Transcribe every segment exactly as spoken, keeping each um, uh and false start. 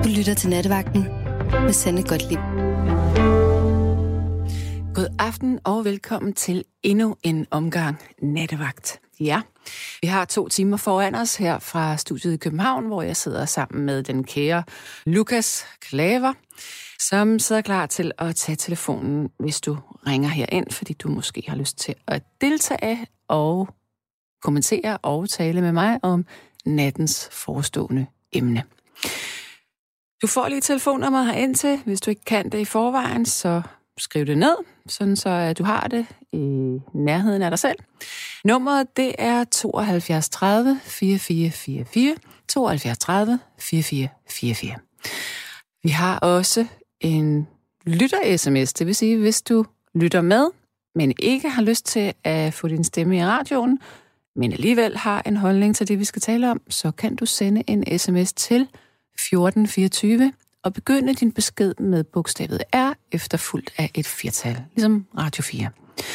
Du lytter til Nattevagten med Sanne Gottlieb. God aften og velkommen til endnu en omgang Nattevagt. Ja, vi har to timer foran os her fra studiet i København, hvor jeg sidder sammen med den kære Lukas Klaver, som sidder klar til at tage telefonen, hvis du ringer herind, fordi du måske har lyst til at deltage og kommentere og tale med mig om nattens forestående emne. Du får lige telefonnummeret herind til. Hvis du ikke kan det i forvejen, så skriv det ned, sådan så at du har det i nærheden af dig selv. Nummeret, det er tooghalvfjerds tredive fireogfyrre fireogfyrre, tooghalvfjerds tredive fireogfyrre fireogfyrre. Vi har også en lytter-sms, det vil sige, hvis du lytter med, men ikke har lyst til at få din stemme i radioen, men alligevel har en holdning til det, vi skal tale om, så kan du sende en sms til fjorten fireogtyve og begynde din besked med bogstavet R efterfulgt af et firtal, ligesom Radio fire.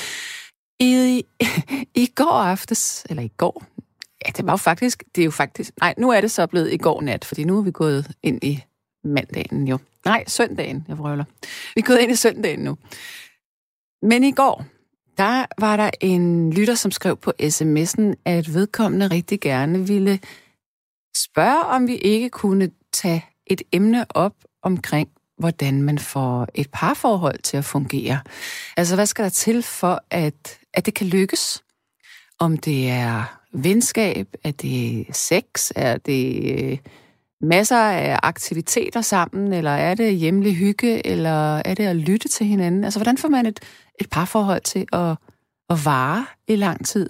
I, I går aftes, eller i går, ja, det var jo faktisk, det er jo faktisk, nej, nu er det så blevet i går nat, fordi nu er vi gået ind i mandagen jo. Nej, søndagen, jeg vrøvler. Vi er gået ind i søndagen nu. Men i går, der var der en lytter, som skrev på sms'en, at vedkommende rigtig gerne ville spørge, om vi ikke kunne tage et emne op omkring, hvordan man får et parforhold til at fungere. Altså, hvad skal der til for, at, at det kan lykkes? Om det er venskab, er det sex, er det masser af aktiviteter sammen, eller er det hjemlig hygge, eller er det at lytte til hinanden? Altså, hvordan får man et, et parforhold til at, at vare i lang tid?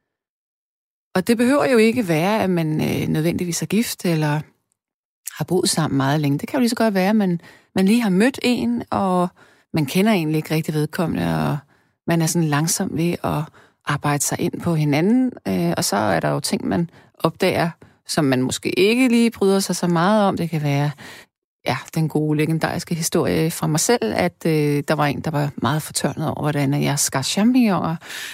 Og det behøver jo ikke være, at man øh, nødvendigvis er gift, eller har boet sammen meget længe. Det kan jo lige så godt være, at man, man lige har mødt en, og man kender egentlig ikke rigtig vedkommende, og man er sådan langsom ved at arbejde sig ind på hinanden, øh, og så er der jo ting, man opdager, som man måske ikke lige bryder sig så meget om. Det kan være ja, den gode legendariske historie fra mig selv, at øh, der var en, der var meget fortørnet over, hvordan jeg skar champignoner.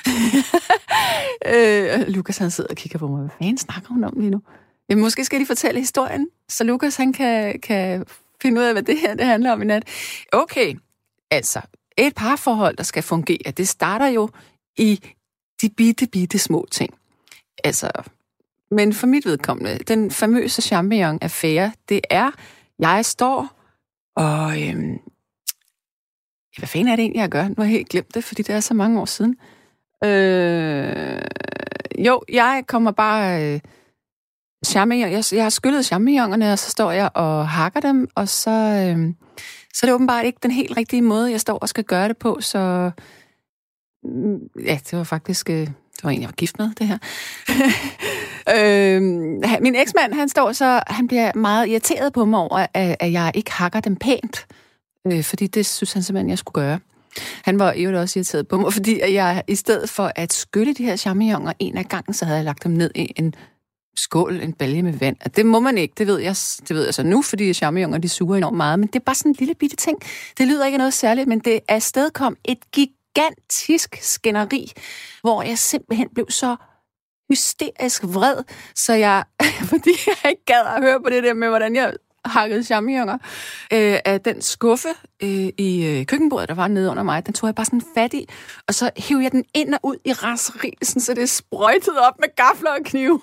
øh, Lukas, han sidder og kigger på mig. Hvad fanden snakker hun om lige nu? Jamen, måske skal de fortælle historien, så Lukas, han kan, kan finde ud af, hvad det her det handler om i nat. Okay, altså, et parforhold, der skal fungere, det starter jo i de bitte, bitte små ting. Altså, men for mit vedkommende, den famøse champignon-affære, det er, jeg står og... Øhm, hvad fanden er det egentlig, jeg gør? Nu har jeg helt glemt det, fordi det er så mange år siden. Øh, jo, jeg kommer bare... Øh, champignon, jeg, jeg har skyllet champignonerne, og så står jeg og hakker dem, og så, øh, så er det åbenbart ikke den helt rigtige måde, jeg står og skal gøre det på, så... Ja, det var faktisk... Øh, det var en, jeg var gift med, det her. øh, min eksmand, han står så, han bliver meget irriteret på mig over, at, at jeg ikke hakker dem pænt. Øh, fordi det synes han simpelthen, jeg skulle gøre. Han var jo også irriteret på mig, fordi jeg i stedet for at skylle de her champignoner en af gangen, så havde jeg lagt dem ned i en skål, en balje med vand. Og det må man ikke, det ved jeg, det ved jeg så nu, fordi champignoner, de suger enormt meget. Men det er bare sådan en lille bitte ting. Det lyder ikke noget særligt, men det afstedkom et gigantisk gigantisk skænderi, hvor jeg simpelthen blev så hysterisk vred, så jeg, fordi jeg ikke gad at høre på det der med, hvordan jeg hakkede champignoner, øh, af den skuffe øh, i øh, køkkenbordet, der var nede under mig, den tog jeg bare sådan fat i, og så hævde jeg den ind og ud i raseri, så det sprøjtede op med gafler og knive.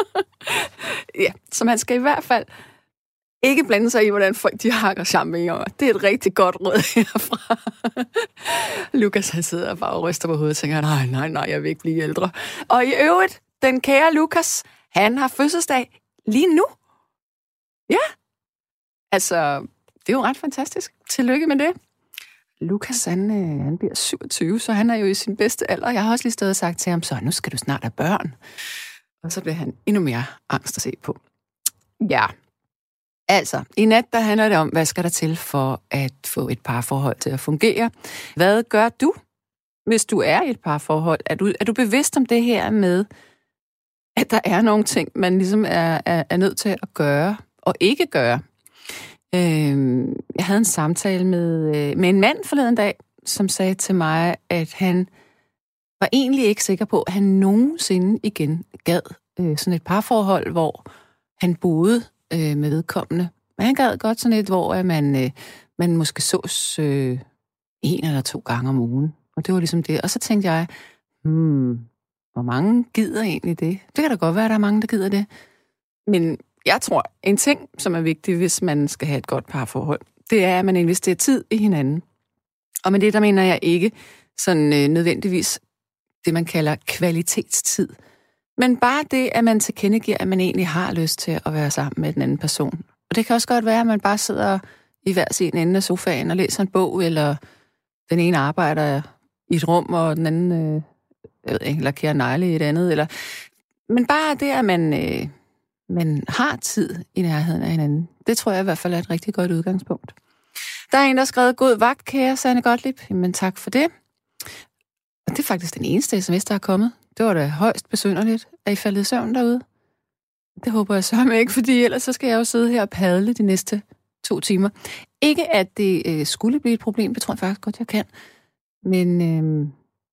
Ja, så man skal i hvert fald ikke blande sig i, hvordan folk de hakker champignoner. Det er et rigtig godt råd herfra. Lukas, han sidder bare og ryster på hovedet og tænker, nej, nej, nej, jeg vil ikke blive ældre. Og i øvrigt, den kære Lukas, han har fødselsdag lige nu. Ja, altså, det er jo ret fantastisk. Tillykke med det. Lukas, han, han bliver syvogtyve, så han er jo i sin bedste alder. Jeg har også lige stået og sagt til ham, så nu skal du snart have børn. Og så bliver han endnu mere angst at se på. Ja. Altså, i nat, der handler det om, hvad skal der til for at få et parforhold til at fungere? Hvad gør du, hvis du er i et parforhold? Er du, er du bevidst om det her med, at der er nogle ting, man ligesom er, er, er nødt til at gøre og ikke gøre? Øh, jeg havde en samtale med, med en mand forleden dag, som sagde til mig, at han var egentlig ikke sikker på, at han nogensinde igen gad øh, sådan et parforhold, hvor han boede øh, med vedkommende Men han gad godt sådan et, hvor man, øh, man måske sås øh, en eller to gange om ugen. Og det var ligesom det. Og så tænkte jeg, hmm, hvor mange gider egentlig det? Det kan da godt være, at der er mange, der gider det. Men jeg tror, en ting, som er vigtig, hvis man skal have et godt parforhold, det er, at man investerer tid i hinanden. Og med det, der mener jeg ikke sådan øh, nødvendigvis det, man kalder kvalitetstid. Men bare det, at man tilkendegiver, at man egentlig har lyst til at være sammen med den anden person. Og det kan også godt være, at man bare sidder i hver sin ende af sofaen og læser en bog, eller den ene arbejder i et rum, og den anden øh, jeg ved ikke, lakerer negle i et andet. Eller... Men bare det, at man, øh, man har tid i nærheden af hinanden, det tror jeg i hvert fald er et rigtig godt udgangspunkt. Der er en, der har skrevet, god vagt, kære Sanne Gottlieb. Men tak for det. Og det er faktisk den eneste sms, der er kommet. Det var da højst besynderligt, at I faldt i søvn derude. Det håber jeg så ikke, fordi ellers så skal jeg jo sidde her og padle de næste to timer. Ikke at det øh, skulle blive et problem, det tror jeg faktisk godt, jeg kan. Men øh,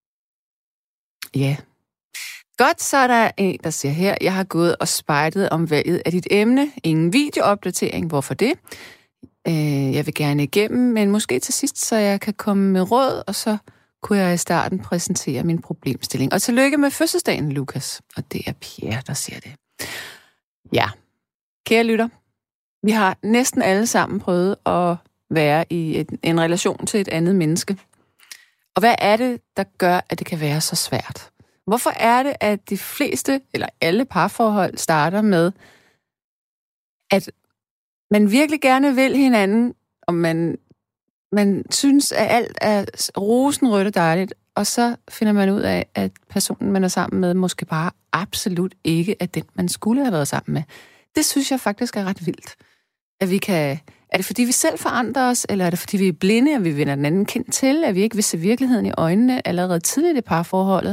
ja. Godt, så er der en, der siger her, jeg har gået og spejdet om valget af dit emne. Ingen videoopdatering, hvorfor det? Øh, jeg vil gerne igennem, men måske til sidst, så jeg kan komme med råd, og så kunne jeg i starten præsentere min problemstilling. Og tillykke med fødselsdagen, Lukas. Og det er Pierre, der siger det. Ja, kære lytter, vi har næsten alle sammen prøvet at være i et, en relation til et andet menneske. Og hvad er det, der gør, at det kan være så svært? Hvorfor er det, at de fleste, eller alle parforhold, starter med, at man virkelig gerne vil hinanden, og man, man synes, at alt er rosenrødt og dejligt, og så finder man ud af, at personen, man er sammen med, måske bare absolut ikke er den, man skulle have været sammen med. Det synes jeg faktisk er ret vildt. At vi kan... Er det fordi, vi selv forandrer os, eller er det fordi, vi er blinde, og vi vender den anden kendt til, at vi ikke vil se virkeligheden i øjnene allerede tidligt i parforholdet?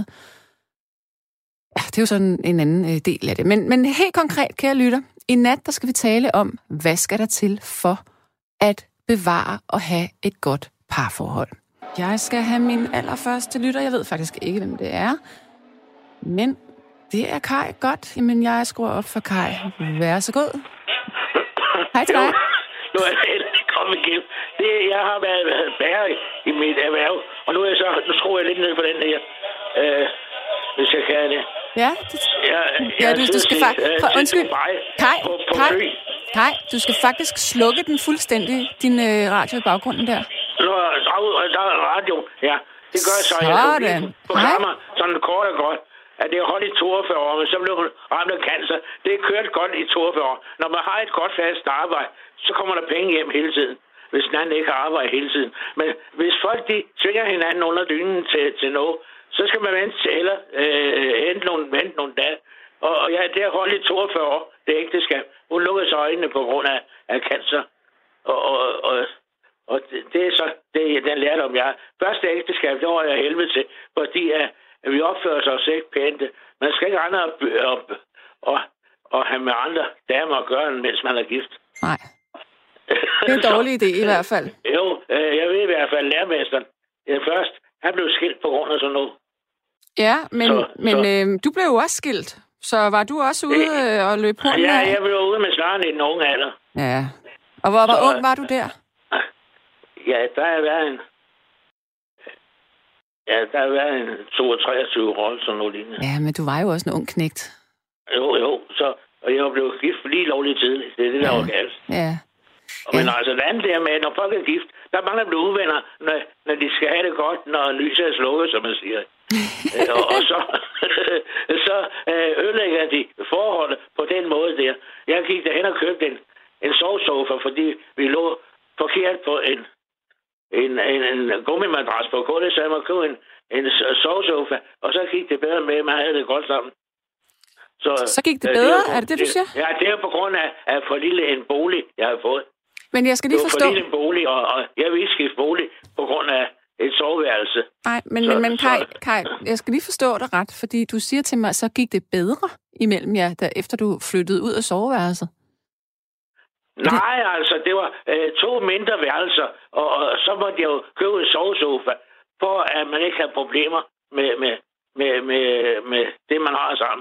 Ja, det er jo sådan en anden øh, del af det. Men, men helt konkret, kære lytter, i nat, der skal vi tale om, hvad skal der til for at bevare og have et godt parforhold. Jeg skal have min allerførste lytter. Jeg ved faktisk ikke, hvem det er. Men det er Kai. Godt. Jamen, jeg skruer op for Kai. Vær så god. Hej til dig. Nu er jeg kommet igen. Det, jeg har været bærer i mit erhverv, og nu, er jeg så, nu skruer jeg lidt ned på den her, øh, hvis jeg kan det. Ja, det, jeg, ja du, du skal faktisk... Øh, undskyld. Kai, på, på Kai, Kai, du skal faktisk slukke den fuldstændig, din øh, radio i baggrunden der. Nå, der er radio, ja. Det gør så, sådan. jeg programmer sådan kort og godt, at det er holdt i toogfyrre år, men så blev hun ramt af cancer. Det er kørt godt i toogfyrre år. Når man har et godt fast arbejde, så kommer der penge hjem hele tiden, hvis den anden ikke har arbejde hele tiden. Men hvis folk de tvinger hinanden under dynen til, til noget, så skal man vente til, eller øh, hente nogle, vente nogle dage. Og, og ja, det har holdt i toogfyrre år, det ægteskab. Hun lukkede sig øjnene på grund af, af cancer. Og, og, og, og det, det er så det, den lærdom, jeg har. Første ægteskab, det var jeg helvede til, fordi at, at vi opfører os ikke pænt. Man skal ikke rende op, op og, og have med andre damer at gøre, mens man er gift. Nej. Det er en dårlig idé i hvert fald. Jo, øh, jeg ved i hvert fald, lærermesteren øh, først, han blev skilt på grund af sådan noget. Ja, men, så, men så. Øh, du blev jo også skilt. Så var du også ude øh, og løb rundt? Ja, jeg blev ude med snaren i den unge alder. Ja. Og hvor, hvor så, ung var du der? Ja, der har været en... Ja, der har været en toogtyve treogtyve rolle, sådan noget lignende. Ja, men du var jo også en ung knægt. Jo, jo, så... Og jeg blev gift lige lovligt tidligt. Det er det, der ja. var galt. Ja. Men ja. altså, det andet der med, når folk er gift, der er mange, der bliver uvenner, når, når de skal have det godt, når lyset er slukket, som man siger. og, og så, så øh, ødelægger de forholdet på den måde der. Jeg gik derhen og købte en, en sovesofa, fordi vi lå forkert på en, en, en, en gummimadras på gulvet, så jeg måtte købe en, en sovesofa, og så gik det bedre med, at man havde det godt sammen. Så, så gik det bedre? Det er, er det det, du siger? Ja, det er på grund af, af for lille en bolig, jeg har fået. Men jeg skal lige forstå... Det var for lille en bolig, og, og jeg vil ikke skifte bolig på grund af et soveværelse. Nej, men, så, men, men Kai, Kai, jeg skal lige forstå dig ret, fordi du siger til mig, så gik det bedre imellem jer, da, efter du flyttede ud af soveværelset? Nej, det... altså, det var øh, to mindre værelser, og, og så måtte jeg jo købe en sovesofa, for at man ikke havde problemer med, med, med, med, med det, man har sammen.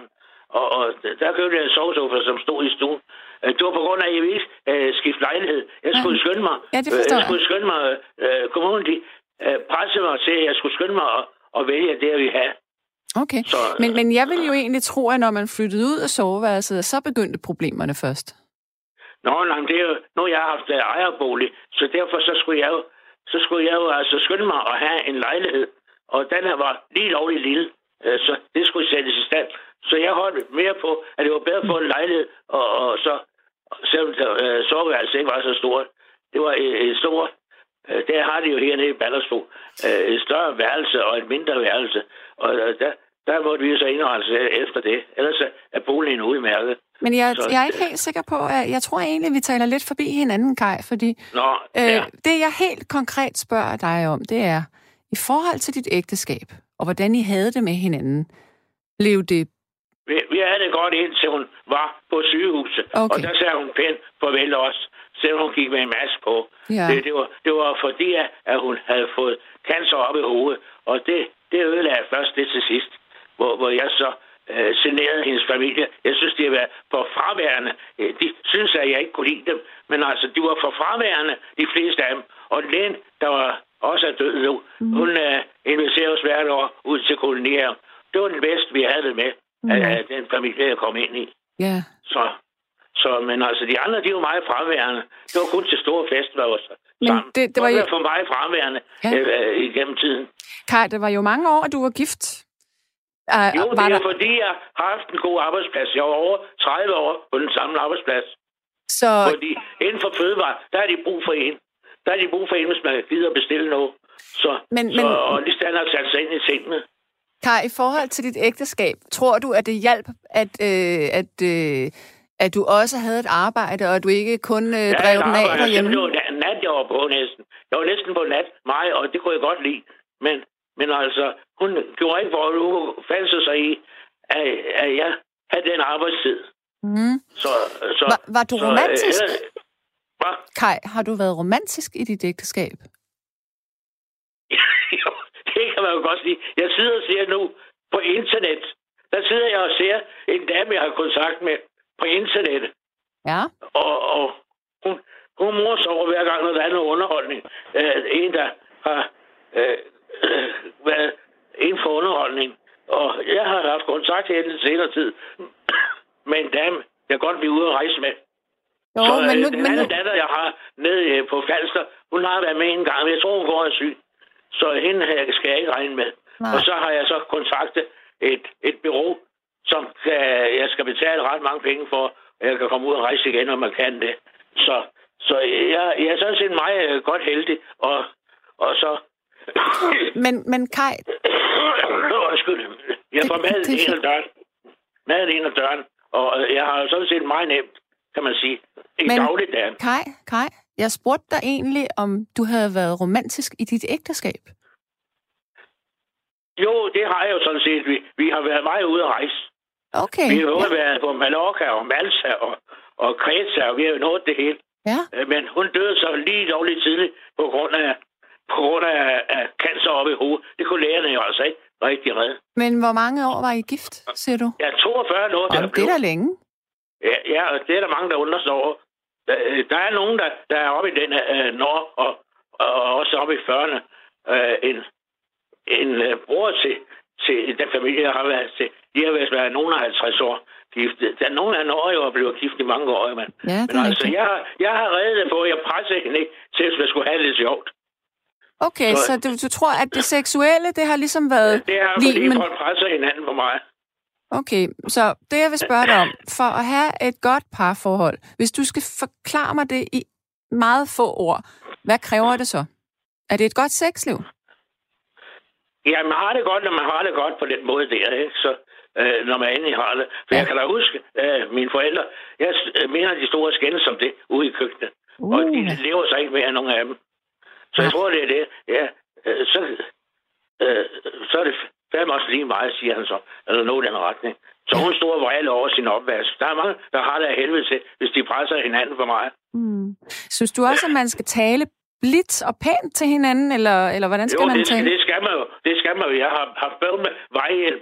og, og der købte jeg en sovesofa, som stod i stuen. Det var på grund af, at jeg ville ikke uh, skifte lejlighed. Jeg skulle skynde mig. Ja, det forstår jeg. Jeg skulle skynde mig. Uh, kommunen, de uh, pressede mig til, at jeg skulle skynde mig og, og vælge det, jeg ville have. Okay, så, men, men jeg vil jo egentlig tro, at når man flyttede ud af soveværelset, så begyndte problemerne først. Nå, nej, det er jo, nu jeg har haft ejerbolig, så derfor så skulle jeg jo, så skulle jeg jo altså skynde mig at have en lejlighed. Og den her var lige lovlig lille, uh, så det skulle sættes i stand. Så jeg holdt mere på, at det var bedre at få en lejlighed, og, og så selvom uh, soveværelset ikke var så stort. Det var et, et stort, uh, der har de jo hernede i Ballersbo, uh, et større værelse og et mindre værelse. Og uh, der, der måtte vi jo så indrette efter det. Ellers er boligen udmærket. Men jeg, så, jeg er ikke helt sikker på, at jeg tror egentlig, vi taler lidt forbi hinanden, Kai, fordi Nå, ja. øh, det, jeg helt konkret spørger dig om, det er, i forhold til dit ægteskab, og hvordan I havde det med hinanden, blev det... Vi, vi havde det godt indtil hun var på sygehuset, okay. Og der sagde hun pænt farvel også, selvom hun gik med en maske på. Ja. Det, det, var, det var fordi, at hun havde fået cancer op i hovedet, og det, det ødelagde først det til sidst, hvor, hvor jeg så øh, generede hendes familie. Jeg synes, de har været for fraværende. De synes, at jeg ikke kunne lide dem, men altså, de var for fraværende, de fleste af dem. Og Len, der var også er død nu, mm. hun øh, investerer os hvert år ud til kolonier. Det var den bedste, vi havde det med, mm. af den familie, jeg kom ind i. Ja. Yeah. Så, så, men altså, de andre, de var meget fraværende. Det var kun til store festivaler. Men det, det var jo... for mig fraværende ja. øh, igennem tiden. Kai, det var jo mange år, at du var gift. Uh, jo, det var er der... fordi, jeg har haft en god arbejdsplads. Jeg var over tredive år på den samme arbejdsplads. Så... Fordi inden for fødevare, der er de brug for en. Der er de brug for en, hvis man gider bestille noget. Så, men, så, men... og lige stand har sat sig ind i tingene. Kai, i forhold til dit ægteskab, tror du, at det hjalp, at, øh, at, øh, at du også havde et arbejde, og at du ikke kun øh, drev den af derhjemme? Det var nat, jeg var på næsten. Jeg var næsten på nat, mig, og det kunne jeg godt lide. Men, men altså, hun gjorde ikke, hvor hun fandt sig i, at, at jeg havde den arbejdstid. Mm. Så, så, var, var du så, romantisk? Øh, hvad? Kai, har du været romantisk i dit ægteskab? Jo, det kan man jo godt sige. Jeg sidder og ser nu på internet. Der sidder jeg og ser en dame, jeg har kontakt med på internettet. Ja. Og, og hun, hun morsover hver gang, når der er noget underholdning. Uh, en, der har uh, uh, været inden for underholdning. Og jeg har haft kontakt her den senere tid med en dame, jeg godt vil ude at rejse med. Jo, så men nu, den men anden nu... datter, jeg har nede på Falster, hun har været med en gang, men jeg tror, hun går og syg. Så hende her skal jeg ikke regne med. Nej. Og så har jeg så kontaktet et, et bureau, som kan, jeg skal betale ret mange penge for, at jeg kan komme ud og rejse igen, når man kan det. Så, så jeg, jeg er sådan set meget godt heldig, og, og så... Men, men Kai... Undskyld. Jeg får mad ind ad døren. Mad ind ad døren, og jeg har sådan set meget nemt, kan man sige, i men, dagligdagen. Kai, Kai, jeg spurgte dig egentlig, om du havde været romantisk i dit ægteskab. Jo, det har jeg jo sådan set. Vi, vi har været meget ude at rejse. Okay. Vi har jo ja. været på Mallorca og Malta og, og Kreta, og vi har jo nået det hele. Ja. Men hun døde så lige lovligt tidligt på grund af, på grund af, af cancer oppe i hovedet. Det kunne lægerne jo altså ikke rigtig redde. Men hvor mange år var I gift, siger du? Ja, toogfyrre år. Om det er da længe. Ja, ja, og det er der mange, der undrer sig over. Der, der er nogen, der, der er oppe i den uh, når, og, og også oppe i fyrrerne. Uh, en en uh, bror til, til den familie, jeg har været til. De har været nogen af halvtreds år gift. Der er nogen af når jo blevet gift i mange år. Men, ja, men altså, jeg, har, jeg har reddet det på, at jeg presser hende ikke til, at jeg skulle have det sjovt. Okay, så, så du, du tror, at det seksuelle, det har ligesom været... Ja, det har lige, fordi men... folk presser hinanden på mig. Okay, så det jeg vil spørge dig om, for at have et godt parforhold, hvis du skal forklare mig det i meget få ord, hvad kræver det så? Er det et godt sexliv? Ja, man har det godt, når man har det godt på den måde der, ikke? Så, øh, når man endelig har det. For ja. Jeg kan da huske, øh, mine forældre, jeg mener, de store skændes som det ude i køkkenet. Uh. Og de lever sig ikke mere, nogen af dem. Så ja. Jeg tror, det er det. Ja, øh, så, øh, så er det fandme også lige meget, siger han så. Eller noget i den retning. Så hun stod og vrælede over sin opvask. Der er mange, der har det af helvede til, hvis de presser hinanden for meget. Mm. Synes du også, at man skal tale blidt og pænt til hinanden, eller, eller hvordan skal jo, man det, tale? det skal man jo. Det skal man jo. Jeg har haft bøvl med vejhjælp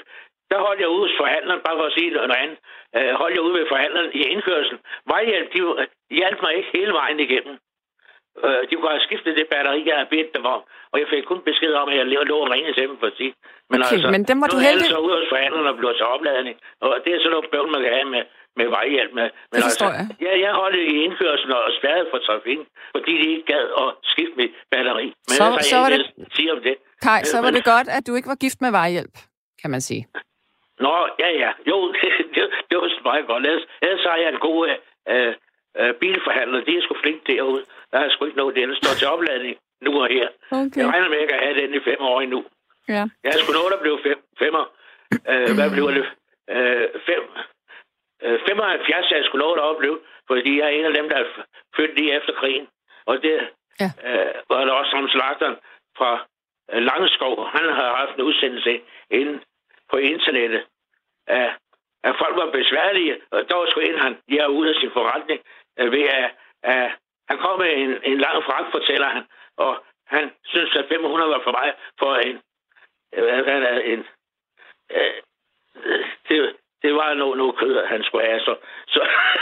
der holdt jeg ude hos forhandleren, bare for at sige noget andet. Øh, holdt jeg ude ved forhandleren i indkørslen. Vejhjælp, de hjalp mig ikke hele vejen igennem. Øh, de kunne have skiftet det batteri, jeg havde bedt dem om. Og jeg fik kun besked om, at jeg lå og ringede til dem for at sige. Men okay, altså, men dem var du heldig. så ude hos forhandleren og blev til opladning. Og det er sådan noget bøvl, man kan have med, med vejhjælp. Med. Men det altså, jeg. Ja, jeg holdt i indkørslen og spærrede for trafikken, fordi de ikke gad at skifte mit batteri. Men så, altså, så var det... Sige om det. Kai, så var men... det godt, at du ikke var gift med vejhjælp, kan man sige. Nå, ja, ja. Jo, det, det, det var meget godt. Ellers, ellers har jeg en god øh, øh, bilforhandler. De er sgu flink derude. Der er sgu ikke noget, det står til opladning nu og her. Okay. Jeg regner med, at jeg kan have den i fem år endnu. Ja. Jeg er sgu noget, der blev fem, femmer. Øh, hvad blev det? Øh, fem, øh, femoghalvfjerds er jeg sgu noget, der oplevede. Fordi jeg er en af dem, der er født lige efter krigen. Og det ja. øh, var der også som slagteren fra øh, Langeskov. Han har haft en udsendelse inde på internettet. At, at folk var besværlige, og der var sgu en, han jeg er ude af sin forretning øh, ved at, at han kom med en, en lang fragt, fortæller han, og han synes, at fem hundrede var for meget for en, øh, en øh, det, det var noget, noget kød, han skulle have. Så, så,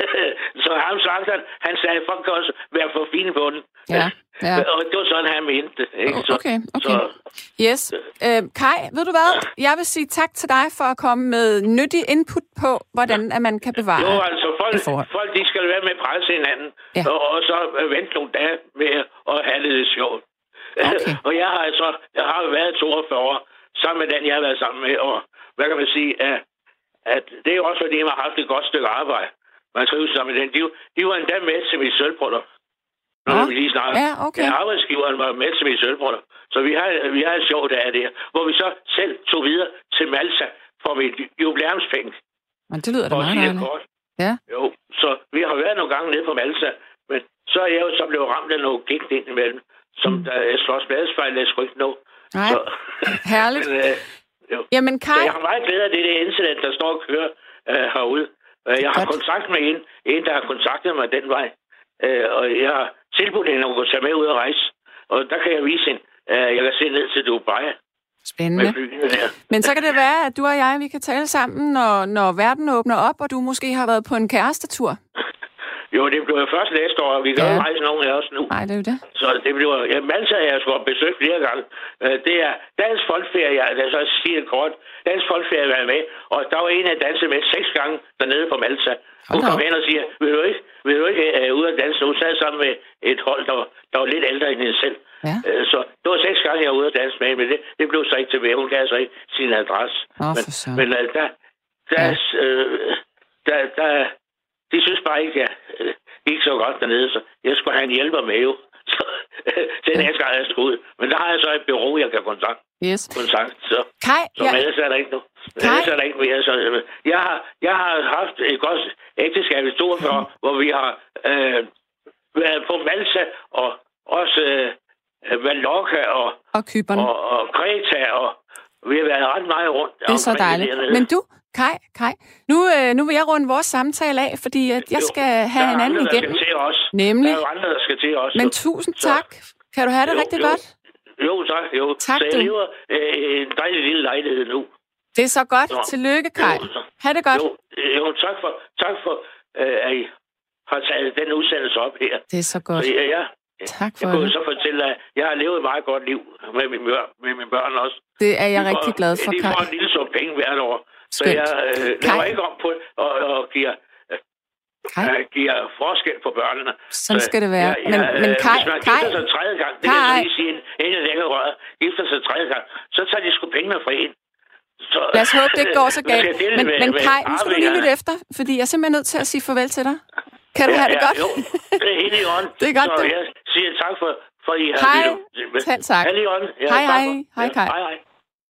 så ham sagt han, han sagde, at folk kan også være for fine på den. Ja, ja. Og det var sådan, han mente. Ikke? Så, okay, okay. Så, yes. Øh, Kai, ved du hvad? Jeg vil sige tak til dig for at komme med nyttig input på, hvordan at man kan bevare jo, altså folk, folk de skal være med at presse hinanden, ja. og, og så vente nogle dage med at have det sjovt. Okay. Og jeg har altså, jeg har været toogfyrre år sammen med den, jeg har været sammen med, og hvad kan man sige, at, at det er jo også, fordi man har haft et godt stykke arbejde. Man trives sammen med den. De, de var endda med til mit sølvbrødder. Når ja. vi lige snakker. Ja, okay. Ja, arbejdsgiveren var med til mit sølvbrødder. Så vi har, vi har et sjovt af det her, hvor vi så selv tog videre til Malta for mit jubilæumspenge. Men det lyder da meget dejligt. Ja. Jo, så vi har været nogle gange nede på Malta, men så er jeg jo så blevet ramt af noget gigt ind imellem, som mm. der er slås bladesfejl, jeg sgu ikke nå. Nej, så, herligt. men, øh, jo. Jamen, Kai... Så jeg har meget glæde af det der internet, der står og kører øh, herude. Jeg har Godt. kontakt med en, en, der har kontaktet mig den vej, øh, og jeg har tilbudt hende at gå tage med ud og rejse. Og der kan jeg vise hende, øh, jeg kan se ned til Dubai. Spændende. Men så kan det være, at du og jeg, vi kan tale sammen, når, når verden åbner op, og du måske har været på en kærestetur. Jo, det bliver først næste år, og vi kan ja. jo rejse nogen af os nu. Nej, det er jo det. Så det bliver... Ja, Malta har jeg sgu besøgt flere gange. Det er Dansk Folkeferie, jeg det er så siger det kort. Dansk Folkeferie har været med, og der var en af danse med seks gange dernede på Malta. Hun kom hen og siger, vil du ikke, vil du ikke uh, ud af danse? Hun sad sammen med et hold, der var, der var lidt ældre end hende selv. Ja. Uh, så det var seks gange, jeg var ude at danse med, men det, det blev så ikke til ved. Hun gav så ikke sin adresse. Oh, men men uh, der, der, ja. uh, der, der, de synes bare ikke, at jeg gik så godt dernede, så jeg skulle have en hjælper med jo. Så den ja. næste gang, jeg skulle ud. Men der har jeg så et bureau, jeg kan kontakte. Yes. Kontakt, så, Kai, så ja. ellers er der ikke noget. Ellers er der ikke mere. Så, jeg, har, jeg har haft et godt ægteskab i toogfyrre, mm. hvor vi har øh, været på Malta og også øh, Mallorca og, og, og, og Kreta, og vi har været ret meget rundt. Det er så dejligt. Men du, Kai, Kai, nu, øh, nu vil jeg runde vores samtale af, fordi at jeg skal jo, have en anden igen. Der er andre, der skal til os. Nemlig. Der er jo andre, der skal til os. Men tusind så. tak. Kan du have det jo, rigtig jo. godt? Jo, tak. Jo. Tak, så jeg du. lever øh, en dejlig lille lejlighed nu. Det er så godt. Så. Tillykke, Kai. Ha' det godt. Jo, jo tak for, tak for øh, at I har taget den udsendelse op her. Det er så godt. Så, ja, ja. Tak for jeg kunne det. så fortælle, at jeg har levet et meget godt liv med mine børn, med mine børn også. Det er jeg de rigtig får, glad for, de Kai. De får en lille sum penge hvert år. Skønt. Så jeg øh, laver ikke om på og, og giver, øh, giver forskel på børnene. Sådan skal det være. Jeg, jeg, men, men Kai, hvis man Kai, gifter sig tredje gang, det kan jeg lige sige, en af længere røret, gifter sig tredje gang, så tager de sgu pengene fra en. Så, lad os håbe, det ikke går så galt. Men, med, men med Kai, nu skal du lige lytte efter, fordi jeg er simpelthen nødt til at sige farvel til dig. Kan du ja, have det ja, godt? Jo, det er helt i ånd. Det er godt, så det. jeg siger tak for, for I har hej. lyttet. Selv tak. Hej, ja, hej, hej. Hej, Kai. Hej, hej.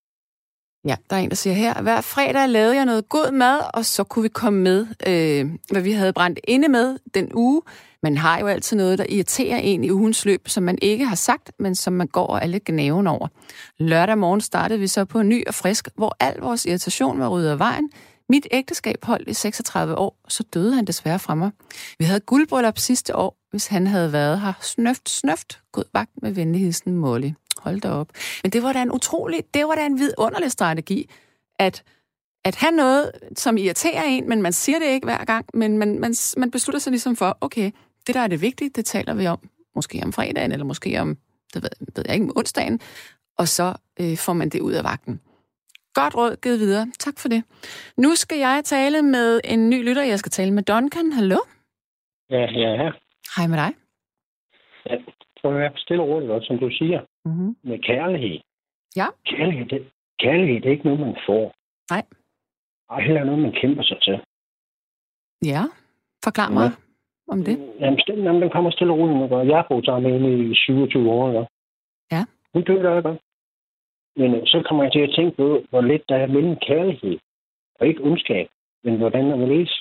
Ja, der er en, der siger her, hver fredag lavede jeg noget god mad, og så kunne vi komme med, øh, hvad vi havde brændt inde med den uge. Man har jo altid noget, der irriterer en i ugens løb, som man ikke har sagt, men som man går og alle gnaven over. Lørdag morgen startede vi så på en ny og frisk, hvor al vores irritation var ryddet af vejen. Mit ægteskab holdt i seksogtredive år, så døde han desværre fra mig. Vi havde guldbryllup sidste år, hvis han havde været her. Snøft, snøft, god vagt med venlig hilsen Molly. Hold da op. Men det var da en utrolig, det var da en vidunderlig strategi, at, at have noget, som irriterer en, men man siger det ikke hver gang, men man, man, man beslutter sig ligesom for, okay, det der er det vigtige, det taler vi om, måske om fredagen, eller måske om, det ved, ved jeg ikke, om onsdagen, og så øh, får man det ud af vagten. Godt råd, givet videre. Tak for det. Nu skal jeg tale med en ny lytter. Jeg skal tale med Duncan. Hallo? Ja, jeg er her. Hej med dig. Ja, prøv at være stille og roligt, som du siger. Mm-hmm. Med kærlighed. Ja. Kærlighed, det, kærlighed, det er ikke noget, man får. Nej. Og heller noget, man kæmper sig til. Ja. Forklar mig ja. om det. Jamen, stille, jamen, den kommer stille og roligt. Og jeg har boet sammen med hende i syvogtyve år. Ja. ja. Hun dør der ikke. Men så kommer jeg til at tænke på, hvor lidt der er mellem kærlighed og ikke ondskab, men hvordan er man læse.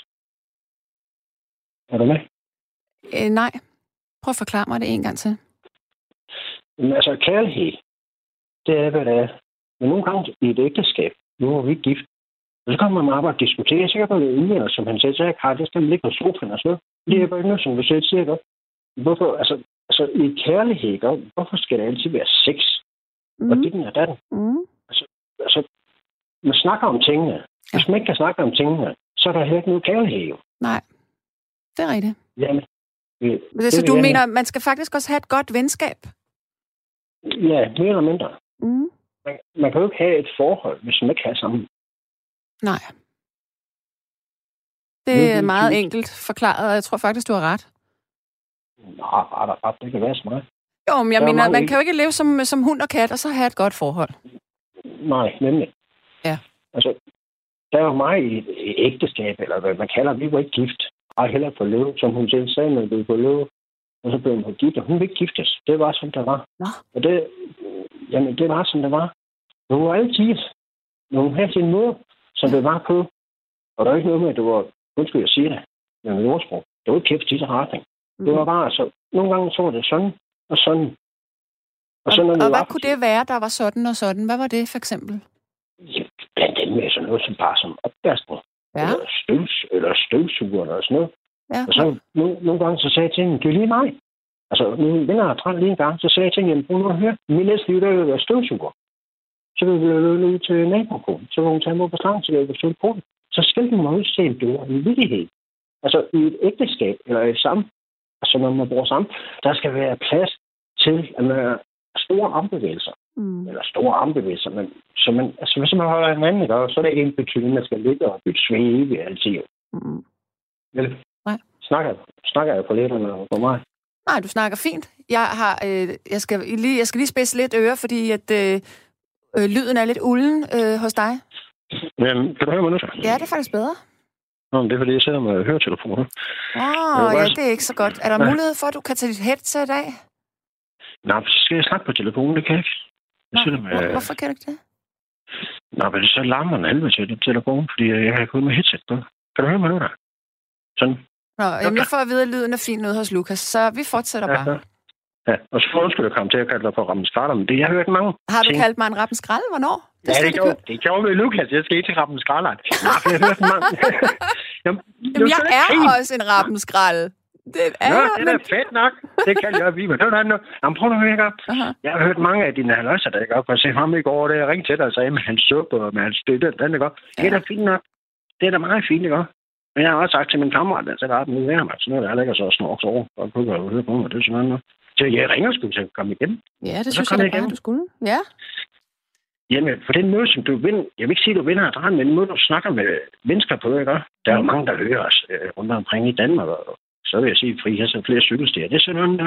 Er du med? Øh, nej. Prøv at forklare mig det en gang til. Men altså, kærlighed, det er, hvad det er. Men nogle gange i et ægteskab, nu er vi ikke gift, og så kommer man arbejde og diskutere, så kan man være inde, som han siger, så jeg kan det skal man ligge på sofaen og så. Det er bare ikke noget, som du selv siger godt. Hvorfor, altså, altså i kærlighed, godt, hvorfor skal det altid være sex? Mm. Og det den er datten. Mm. Altså, altså, man snakker om tingene. Ja. Hvis man ikke kan snakke om tingene, så er der heller ikke noget kærlighed jo. Nej, det er rigtigt. Jamen, det, det, så det, du jeg, mener, man skal faktisk også have et godt venskab? Ja, mere eller mindre. Mm. Man, man kan jo ikke have et forhold, hvis man ikke har sammen. Nej. Det er meget enkelt forklaret, og jeg tror faktisk, du har ret. Nej, ret ret. Det kan være så meget. Jo, men jeg mener, man kan jo ikke leve som, som hund og kat, og så have et godt forhold. Nej, nemlig. Ja. Altså, der er jo meget i et ægteskab, eller hvad man kalder, vi var ikke gift. Ej, heller på lov, som hun selv sagde, når vi på lov. Og så blev hun gift, og hun ville ikke giftes. Det var, som det var. Nå. Og det, jamen, det var, som det var. Hun var altid, når hun havde sin måde, som det var på. Og der er ikke noget med, at det var, undskyld, jeg siger det, men med ordsprog. Det var ikke kæft i sig retning. Mm. Det var bare, altså, nogle gange så var det sådan, og sådan. Og, og, sådan, og hvad kunne det være, der var sådan og sådan? Hvad var det, for eksempel? Ja, blandt andet med sådan noget, som bare som opvaskning. Ja. Eller, støvs, eller støvsuger, eller sådan noget. Ja. Og så nogle, nogle gange, så sagde jeg til hende, det er lige mig. Altså, mine venner har trænet lige en gang, så sagde jeg til hende, prøv nu at høre, min næste liv, der vil være støvsuger. Så vil vi løbe ud til naboen. Så vil hun tage mig på slangen, så vil jeg støtte på det. Så skældte hun mig ud til, det var en vittighed. Altså, i et ægteskab, eller et sammen, altså når man bor sammen, der skal være plads til, at man har store armbevægelser. Mm. Eller store armbevægelser, men så man, altså, hvis man holder en anden, så er det ikke en betydning, man skal ligge og bytte svæve altid. Mm. Vel? Nej. Snakker, snakker jeg på læberne for mig? Nej, du snakker fint. Jeg har, øh, jeg skal lige, jeg skal lige spidse lidt øre, fordi at øh, øh, lyden er lidt ulden øh, hos dig. Jamen, kan du høre mig nu så? Ja, det er faktisk bedre. Nå, men det er fordi, jeg sidder med høretelefoner. Åh, oh, ja, det er ikke så godt. Er der ja. mulighed for, at du kan tage dit headset af? Nej, så skal jeg snakke på telefonen, det kan jeg ikke. Jeg Nå, med, hvorfor kan du ikke det? Nej, men så larmer den alvor til telefonen, fordi jeg har gået med headset på. Kan du høre mig nu der? Sådan. Nå, jamen, jeg får at vide, at lyden er fint ude hos Lukas, så vi fortsætter ja, bare. Ja. ja, og så undskyld, jeg kom til at kalde dig for Rappenskralder, men det jeg har hørt mange Har du ting. kaldt mig en Rappenskralder? Hvornår? Det ja, det gjorde, det gjorde med Lukas. Jeg skal ikke til Rappenskralder. Nej, for jeg har hørt mange. Jamen, jamen jeg er fint. Også en Rappenskralde. Det er, Nå, det er men... fedt nok. Det kan jeg vide. Det var noget. Jamen, prøv nu at høre. Uh-huh. Jeg har hørt mange af dine haløjser, der ikke op. Og se ham i går, der jeg ringte til dig og sagde med hans suppe og med hans støtte. Den, ikke? Det er da fint nok. Det er da meget fint, ikke? Men jeg har også sagt til min kammerat, at jeg har den ude af mig. Sådan noget, der ligger så og snorks over. Og kunne jeg høre på mig. Det er sådan noget. Så jeg ringer sgu til at komme igen. Ja, det synes jeg, jeg bare, du skulle. Ja. Jamen, for den måde, som du vinder, jeg vil ikke sige, at du vinder af drømmen, men den måde, du snakker med mennesker på, ikke? Der er jo mange, der hører os øh, rundt omkring i Danmark, og så vil jeg sige, at fri har så flere cykelstier. Det er sådan noget, der.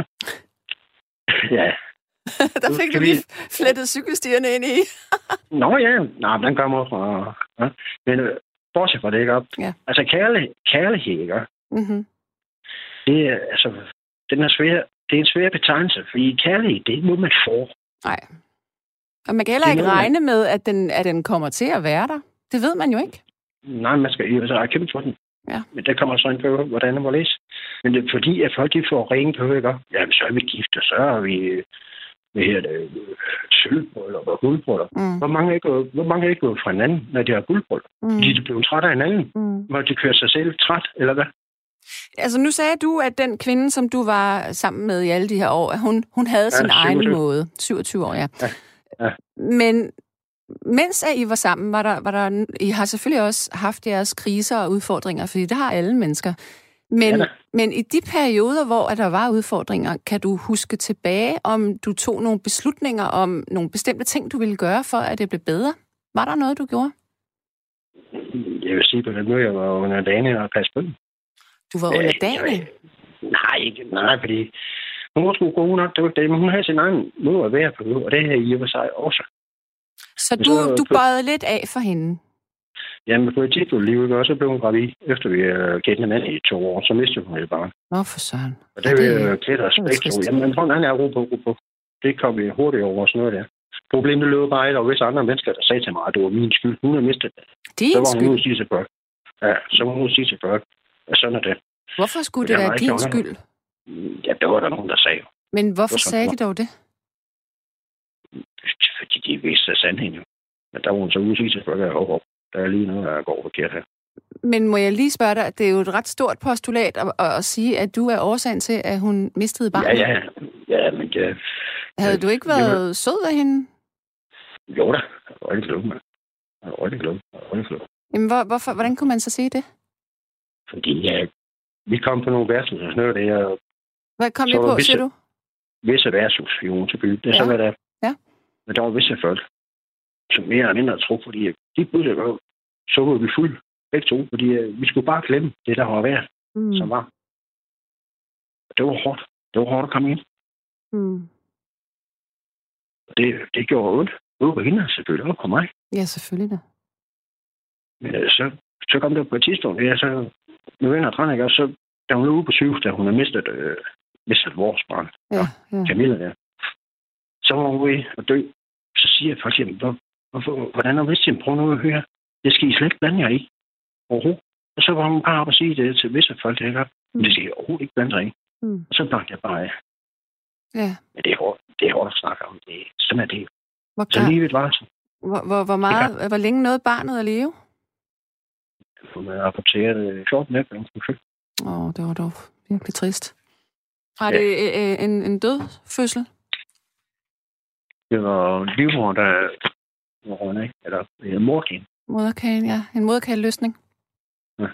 Ja. Der fik du lige flettet cykelstierne ind i. Nå ja, nej, den kommer fra... Ja. Men øh, bortset fra det, ikke op? Ja. Altså, kærlighed, kærlighed ikke? Mm-hmm. Det er, altså, den er svær, det er en svær betegnelse, fordi kærlighed, det er noget, man får. Nej. Og man kan heller ikke regne med, at den, at den kommer til at være der. Det ved man jo ikke. Nej, man skal altså, jeg kæmpe for den. Ja. Men det kommer så ind på, hvordan man må læse. Men det er fordi, at folk de får ringe på, ikke? Jamen, så er vi gift, og så er vi med her det, sølvbrød og guldbrød. Mm. Hvor mange er ikke hvor mange er ikke gået fra hinanden, når de har guldbrød? Mm. De er blevet træt af hinanden. Mm. Må de køre sig selv træt, eller hvad? Altså, nu sagde du, at den kvinde, som du var sammen med i alle de her år, hun, hun havde ja, sin syvogtyve egen måde. syvogtyve år, ja. ja. Ja. Men mens at I var sammen, var der, var der, I har selvfølgelig også haft jeres kriser og udfordringer, fordi det har alle mennesker. Men, ja, men i de perioder, hvor der var udfordringer, kan du huske tilbage, om du tog nogle beslutninger om nogle bestemte ting, du ville gøre, for at det blev bedre? Var der noget, du gjorde? Jeg vil sige på den måde, jeg var under dane og passe på den. Du var under dane? Nej, ikke. Nej, fordi hun var sgu god nok, det var det, men hun havde sin egen måde at være på, og det her i og for sig også. Så du, så, du bøjede lidt af for hende? Jamen, på et tidspunkt i livet også blev hun gravid, efter vi uh, kendte hinanden i to år, så mistede hun et barn. Nå, for søren. Og det vil jeg klæde respekt over. Jamen, sådan anden er ro på, ro på. Det kom vi hurtigt over og sådan noget der. Problemet løb bare, at der var visse andre mennesker, der sagde til mig, at det var min skyld. Hun havde mistet det. Din så var hun skyld? nu at sige til folk. Ja, så var hun nu at sige til folk. Ja, sådan er det. Hvorfor skulle det, det være din skyld? Ja, det var der nogen, der sagde. Men hvorfor sagde de dog det? Fordi de vidste af sandheden jo. Men der var hun så ude at sige til folk, at jeg der er lige noget, der går forkert her. Men må jeg lige spørge dig, det er jo et ret stort postulat at, at sige, at du er årsagen til, at hun mistede barnet. Ja, ja. Ja, men ja. Havde du ikke været var... sød af hende? Jo da. Jeg var rigtig glad, mand. Jeg var rigtig glad. Jeg var rigtig glad. Jamen, hvor, hvorfor, hvordan kunne man så sige det? Fordi ja, vi kom på nogle værtshus og sådan noget. Det er, hvad kom I på, visse, siger du? Visse værtshus i Onseby. Det er ja. Sådan, hvad der er. Ja. Men der var visse folk, som mere eller mindre tro, fordi de pludselig var, så var vi fuld, begge to, fordi uh, vi skulle bare glemme det, der var værd, mm. som var. Det var hårdt. Det var hårdt at komme ind. Mm. Og det, det gjorde ondt. Ude på hende, selvfølgelig, og på mig. Ja, selvfølgelig da. Men uh, så, så kom det på et tidspunkt, ja, så med venner og træning, og så da hun var ude på syv, da hun havde mistet, øh, mistet vores barn, ja, ja. Camilla der, så var hun ude og dø. Så siger folk til dem, Hvorfor, hvordan er det, prøv nu at høre? Det skal I slet ikke blande jer i. Overhovedet. Og så var hun bare op og sige det til visse folk, det ikke mm. det skal I overhovedet ikke blande jer i. Mm. Og så blandt jeg bare af. Ja. Men det er hårdt, det er hårdt at snakke om. Det, sådan er det. Hvor, så livet var så. Hvor, hvor, hvor, meget, hvor længe nåede barnet at leve? Hun havde rapporteret fjorten efter, hun skulle født. Åh, det var dog virkelig trist. Var ja. det en, en død fødsel? Det var livmor, der var ikke? Eller ja, morkagen. Moderkagen, ja. En moderkageløsning. Ja.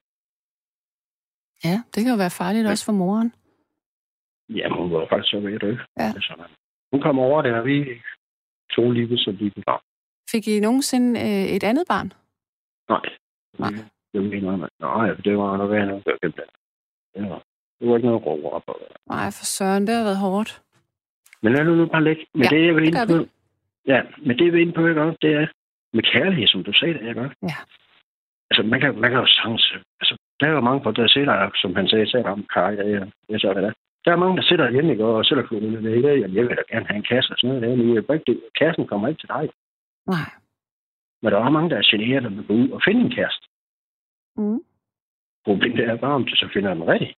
Ja, det kan jo være farligt ja. også for moren. Jamen, hun var faktisk så ved at dø. Ja. Hun kom over det, og vi tog livet, så lige var. Fik I nogensinde øh, et andet barn? Nej. Nej. Det var, nej, det var noget værd noget, der det var, det var ikke noget råd op. Nej, for søren, det har været hårdt. Men lad nu bare lægge. Men ja, det, jeg vil det ind på, ja, men det, jeg vil ind på, ikke, det er med kærlighed, som du sagde det, ikke? Ja. Altså, man kan, man kan jo sagtens, altså, der er jo mange folk, der sidder, som han sagde, sagde om Kari, det er så det der. Der er mange, der sidder hjemme, ikke, og sætter kloden det hele. Jamen, jeg vil da gerne have en kasse og sådan noget. Men jeg ikke, kassen kommer ikke til dig. Nej. Men der er mange, der er generet, der vil gå ud og finde en kæreste. Mm. Problemet er bare, om du så finder den rigtig.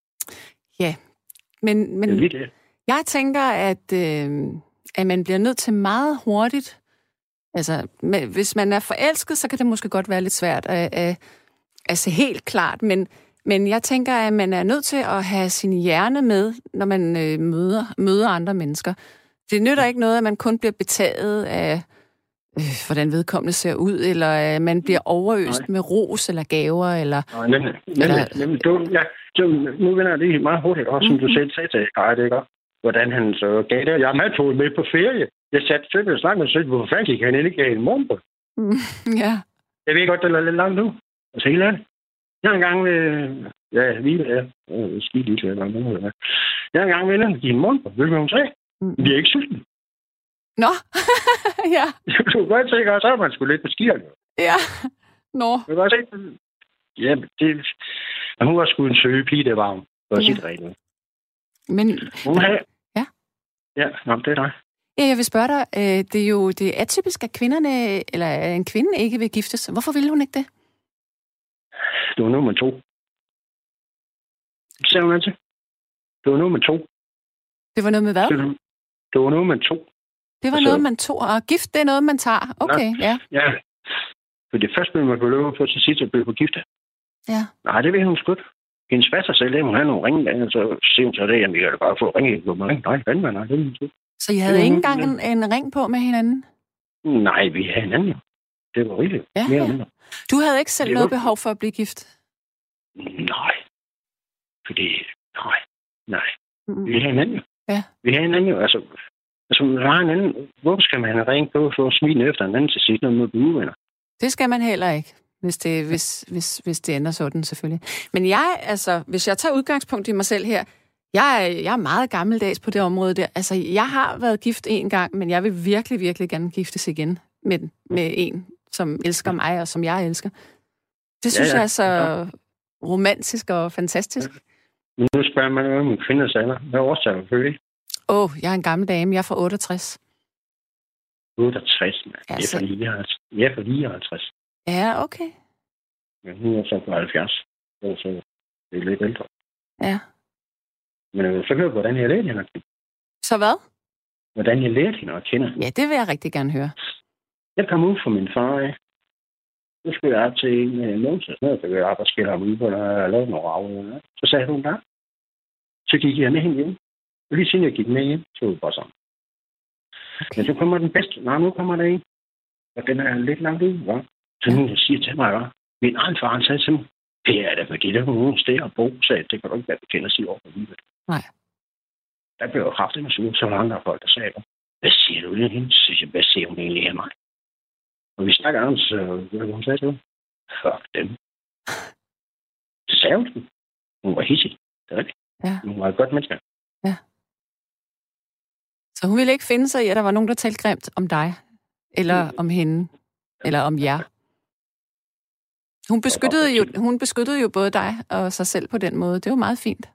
Ja, men, men det det. Jeg tænker, at, øh, at man bliver nødt til meget hurtigt. Altså, med, hvis man er forelsket, så kan det måske godt være lidt svært at, at, at se helt klart. Men, men jeg tænker, at man er nødt til at have sin hjerne med, når man øh, møder, møder andre mennesker. Det nytter ikke noget, at man kun bliver betaget af øh, hvordan vedkommende ser ud, eller at man bliver overøst Nej. med ros eller gaver, eller... Nej, nemlig. Nemlig, nemlig. Du, ja, du, nu vender jeg det meget hurtigt også, som mm-hmm. du selv sagde til Kari, det ikke? Hvordan han så gav det. Jeg har tog med på ferie. Jeg satte sødt og snakkede med sødt, hvorfor fanden gik han ikke en morgen på? Mm, ja. Jeg ved godt, det er lidt langt nu. Altså helt ærligt. Jeg har engang ved... Ja, vi er... Jeg skidt lige til, at jeg Jeg har engang venner, de er en morgen på. Ved du, hvad hun sagde? Mm. De er ikke sulten. Nå, ja. Du kunne godt se, at så man skulle lidt på skierne. Ja, nå. Du kan godt se, ja, det... Hun var sgu en søge pige, det var hun. For at sige det rent. Men... Hun havde... Ja? Ja, nå, det er dig. Ja, jeg vil spørge dig, øh, det er jo det er atypisk, at kvinderne, eller en kvinde ikke vil giftes. Hvorfor ville hun ikke det? Det var nummer to. Det sagde hun altid. Det var nummer to. Det var noget med hvad? Det var noget, man tog. Det var altså, noget, man tog, og gift, det er noget, man tager. Okay, nej, ja. Ja, for det første blev man få lov for til sidst at blive på gifte. Ja. Nej, det vil hun sgu ikke. Hendes faster selv, hun havde nogle ringe, så siger hun så det, jamen, jeg kan bare få ringe på mig. Nej, fandme, nej, det er hun. Så I havde ikke engang en, en ring på med hinanden? Nej, vi havde hinanden jo. Det var rigeligt. Ja, Mere ja. mindre. Du havde ikke selv Det noget var- behov for at blive gift? Nej. Fordi, nej, nej. Mm. Vi havde hinanden jo. Ja. Vi havde hinanden jo. Altså, altså man har hinanden. Hvorfor skal man have rent på for at smile efter hinanden til sidst, når man bliver uvenner? Det skal man heller ikke, hvis det, hvis, hvis, hvis det ender sådan, selvfølgelig. Men jeg, altså, hvis jeg tager udgangspunkt i mig selv her, jeg er, jeg er meget gammeldags på det område der. Altså, jeg har været gift en gang, men jeg vil virkelig, virkelig gerne giftes igen med, med en, som elsker mig, og som jeg elsker. Det synes Ja, ja. jeg er så romantisk og fantastisk. Men nu spørger man jo om en kvindes alder. Hvad årstal er du? Åh, oh, jeg er en gammel dame. Jeg er fra otteogtres. otteogtres, mand. Jeg er Altså- fra nioghalvtreds. Jeg er fra nioghalvtreds. Ja, okay. Men hun er så på halvfjerds. Så det er lidt ældre. Ja. Men jeg vil så høre, hvordan jeg lærte hende at kende. Så hvad? Hvordan jeg lærte hende at kende. Ja, det vil jeg rigtig gerne høre. Jeg kom ud fra min far af. Så skulle jeg op til en med Moses. Så jeg op og skille ham ud, hvor jeg lavede nogle rav. Så sagde hun der. Så gik jeg med hende hjem. Og lige siden jeg gik med hjem, så var vi bare sammen. Okay. Men så kommer den bedste. Nej, nu kommer der en. Og den er lidt langt ud, hva'? Så nogen, der siger til mig, hva'? Min egen far, han sagde til mig, det er da fordi, der var nogen steder at bo, sagde, det kan du ikke være bekendt at sige over for livet. Nej. Der blev jeg kraftigt med sig, så var andre folk, der sagde, hvad siger du det hende? Så siger jeg, hvad siger hun egentlig af mig? Og vi snakker om, så hvad hun sagde til mig? Fuck dem. Så sagde hun det. Hun var hissig. Det er rigtigt. Ja. Hun var et godt menneske. Så hun ville ikke finde sig i, at der var nogen, der talte grimt om dig, eller om hende, eller om jer. Hun beskyttede jo, hun beskyttede jo både dig og sig selv på den måde. Det var meget fint.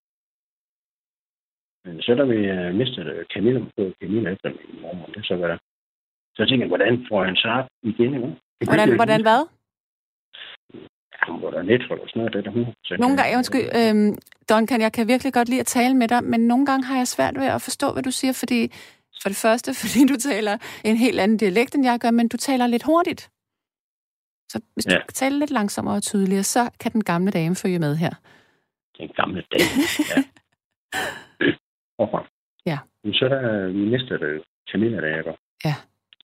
Men så da vi uh, mistede Camilla på Camilla efter min mormor, det så var der. Så tænkte jeg, hvordan får han så op igen? Ikke? Hvordan, hvordan hvad? Ja, hun var der net for sådan noget, det der hun. Så Nogle gange, undskyld, øhm, Duncan, jeg kan virkelig godt lide at tale med dig, men nogle gange har jeg svært ved at forstå, hvad du siger, fordi for det første, fordi du taler en helt anden dialekt, end jeg gør, men du taler lidt hurtigt. Så hvis ja. du taler lidt langsommere og tydeligere, så kan den gamle dame følge med her. Den gamle dame, ja. Hvorfor? Ja. Men så der vi mistede Camilla, der jeg går. Ja.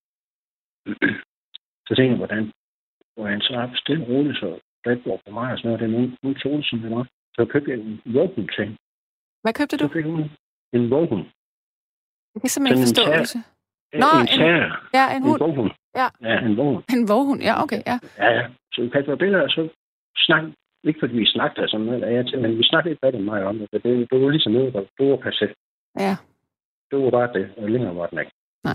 Så tænkte jeg, hvordan hvor han så op stille og roligt, så det går på mig og sådan noget. Det er nogen, nogen tone, som det var. Så købte jeg en våghund til hende. Hvad købte du? Så fik hun en våghund. Jeg kan simpelthen ikke Sådan en forstå det. Nå, Nå, en terrier. Ja, en En hund. våghund. Ja. Ja, en våghund. En våghund, ja, okay, ja. Ja, ja. Så vi kaldte på billeder, og så snakkede. Ikke fordi vi snakkede sådan noget af til, men vi snakkede ikke rigtig meget om det. Det, det var ligesom noget, der var passet. Ja. Det var bare det, og længere var den ikke. Nej.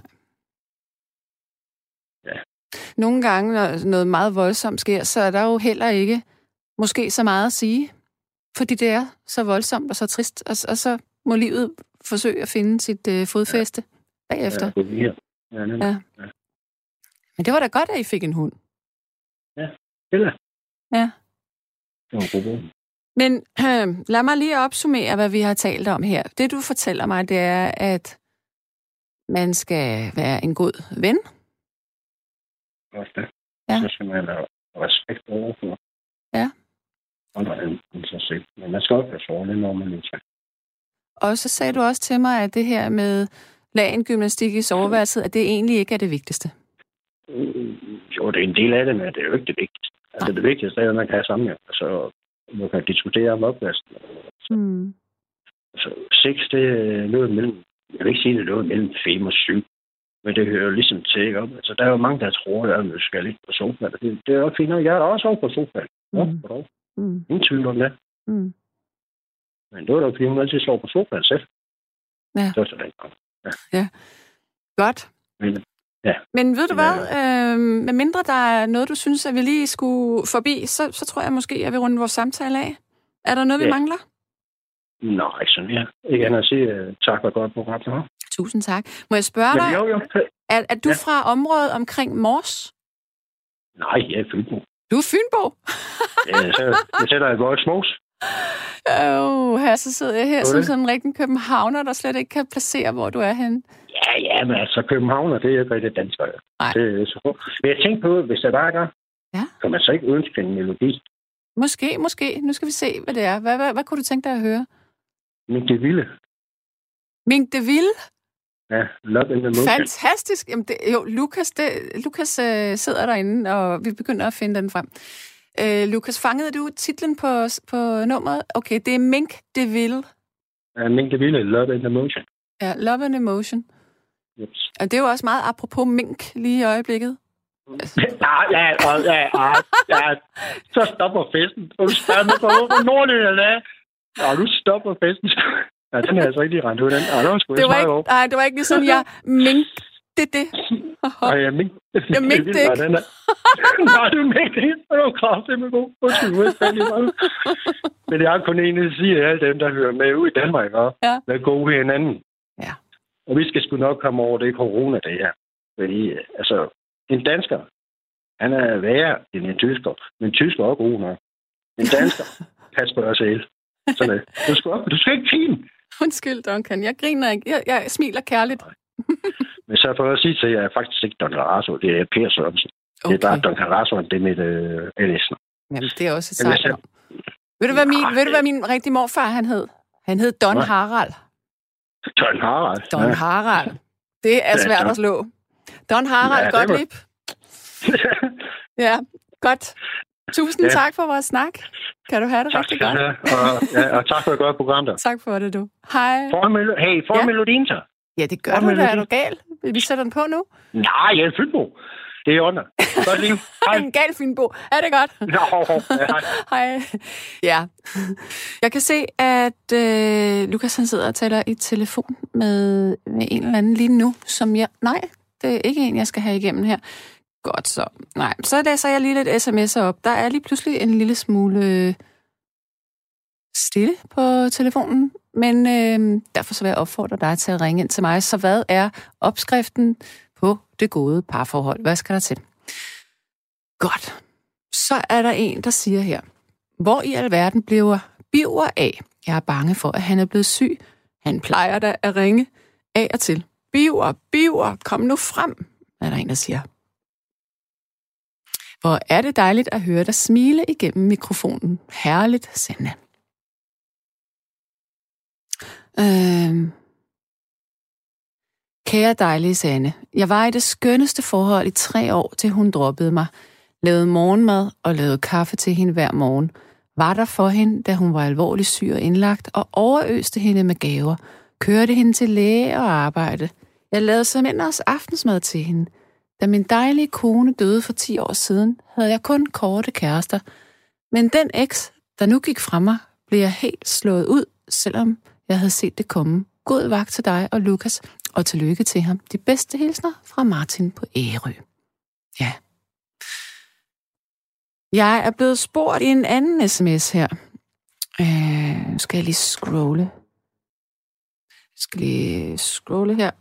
Ja. Nogle gange, når noget meget voldsomt sker, så er der jo heller ikke måske så meget at sige. Fordi det er så voldsomt og så trist, og, og så må livet forsøge at finde sit øh, fodfæste ja. bagefter. Ja, det er her. Ja, ja. Ja. Men det var da godt, at I fik en hund. Ja, det er Ja. Det var en god. Men øh, lad mig lige opsummere, hvad vi har talt om her. Det, du fortæller mig, det er, at man skal være en god ven. Også det. Ja. Så skal man have respekt overfor. Ja. Andre end sig selv. Men man skal også være sårlig, når man er. Og så sagde du også til mig, at det her med lagengymnastik i soveværelset, at det egentlig ikke er det vigtigste. Jo, det er en del af det, men det er jo ikke det vigtigste. Altså, det vigtigste er, at man kan have sammen. Altså, man kan diskutere om opvasken. Mm. Altså, sex, det er noget mellem, jeg vil ikke sige, det er noget mellem fem og syv, men det hører jo ligesom til, ikke op? Altså, der er jo mange, der tror, at man skal ligge på sofaen. Det, det er jo fint, jeg er da også over på sofaen. Ja, Mm. for Mm. ingen tvivl om det. Mm. Men det var da fordi, hun altid slår på sofaen selv. Ja. Det var så den gang. Ja. Ja. Godt. Men, ja. Men ved du Men, hvad, øh, med mindre der er noget, du synes, at vi lige skulle forbi, så, så tror jeg måske, at jeg vil runde vores samtale af. Er der noget, vi Ja. mangler? Nej, ikke sådan her. Ikke andet at sige uh, tak for godt program. Ja. Tusind tak. Må jeg spørge Men dig, jo, jo. er, er du Ja. fra området omkring Mors? Nej, jeg er fynbo. Du er Fynbo? Ja, så jeg sætter et godt smås. Åh, her så sidder jeg her Hvad er som det? sådan en rigtig københavner, der slet ikke kan placere, hvor du er henne. Ja, ja, men altså Københavner, det er jo ikke rigtig danskere. Nej. Det er så. Men jeg tænkte på, hvis der var der, Ja. kan man så ikke ønske en melodi. Måske, måske. Nu skal vi se, hvad det er. Hvad, hvad, hvad kunne du tænke dig at høre? Men det ville. Mink de Ville? Ja, Love in the Motion. Fantastisk. Jamen det, jo, Lukas, det, Lukas øh, sidder derinde, og vi begynder at finde den frem. Øh, Lukas, fangede du titlen på, på nummeret? Okay, det er Mink DeVille. Ja, Mink DeVille, Love in the Motion. Ja, Love and Emotion. Yep. Og det er jo også meget apropos mink lige i øjeblikket. Ja, ja, ja, ja, ja. Så stopper festen. Du spørger mig på, hvor nordlig er. Ja, du stopper festen. Ja, den er altså ikke lige rent ud. Den. Ja, det var sgu det var ikke, nej, det var ikke ligesom, jeg mink det det. Nej, jeg mink det. Jeg mink det ikke. Nej, du mink det ikke. Det var kraftigt med god. Men det er kun en, der siger, at alle dem, der hører med ud i Danmark, ja. Er gode ved hinanden. Ja. Og vi skal sgu nok komme over det corona, det her. Fordi, altså, en dansker, han er værre end en tysker. Men tysker er også god nok. En dansker, pas på dig selv. Sådan det. Du skal, op, du skal ikke grine. Undskyld, Duncan. Jeg griner ikke. Jeg, jeg smiler kærligt. Men så for at sige til, at jeg er faktisk ikke Duncan Rasso. Det er Per Sørensen. Okay. Det er bare Duncan Rasso, det er mit øh, Ellison. Jamen, det er også et sejt navn. Ved du, hvad min, ved du, hvad min rigtige morfar, han hed? Han hed Don ja. Harald. Don Harald? Don ja. Harald. Det er svært ja, at slå. Don Harald, ja, Gottlieb. Ja, godt. Tusind ja. Tak for vores snak. Kan du have det tak, rigtig godt? Og, ja, og tak for et godt program der. Tak for det, du. Hej. For mel- hey, får ja. melodien så? Ja, det gør for du da. Er du gal? Vil vi sætte den på nu? Nej, jeg er Fynbo. Det er under. Godt liv. Hej. En gal Fynbo. Er det godt? Nå, ja, hej. Hej. Ja. Jeg kan se, at øh, Lukas han sidder og taler i telefon med, med en eller anden lige nu, som jeg... Nej, det er ikke en, jeg skal have igennem her. Godt så. Nej, så læser jeg lige lidt sms'er op. Der er lige pludselig en lille smule stille på telefonen, men øh, derfor så vil jeg opfordre dig til at ringe ind til mig. Så hvad er opskriften på det gode parforhold? Hvad skal der til? Godt. Så er der en, der siger her, hvor i alverden bliver Biver af? Jeg er bange for, at han er blevet syg. Han plejer da at ringe af og til. Biver, Biver, kom nu frem, er der en, der siger. Hvor er det dejligt at høre dig smile igennem mikrofonen. Herligt, Sanne. Øhm. Kære dejlige Sanne, jeg var i det skønneste forhold i tre år, til hun droppede mig. Lavede morgenmad og lavede kaffe til hende hver morgen. Var der for hende, da hun var alvorligt syg og indlagt, og overøste hende med gaver. Kørte hende til læge og arbejde. Jeg lavede simpelthen også aftensmad til hende. Da min dejlige kone døde for ti år siden, havde jeg kun korte kærester. Men den eks, der nu gik fra mig, blev jeg helt slået ud, selvom jeg havde set det komme. God vagt til dig og Lukas, og tillykke til ham. De bedste hilsner fra Martin på Ærø. Ja. Jeg er blevet spurgt i en anden sms her. Øh, nu skal jeg lige scrolle. Jeg skal lige scrolle her.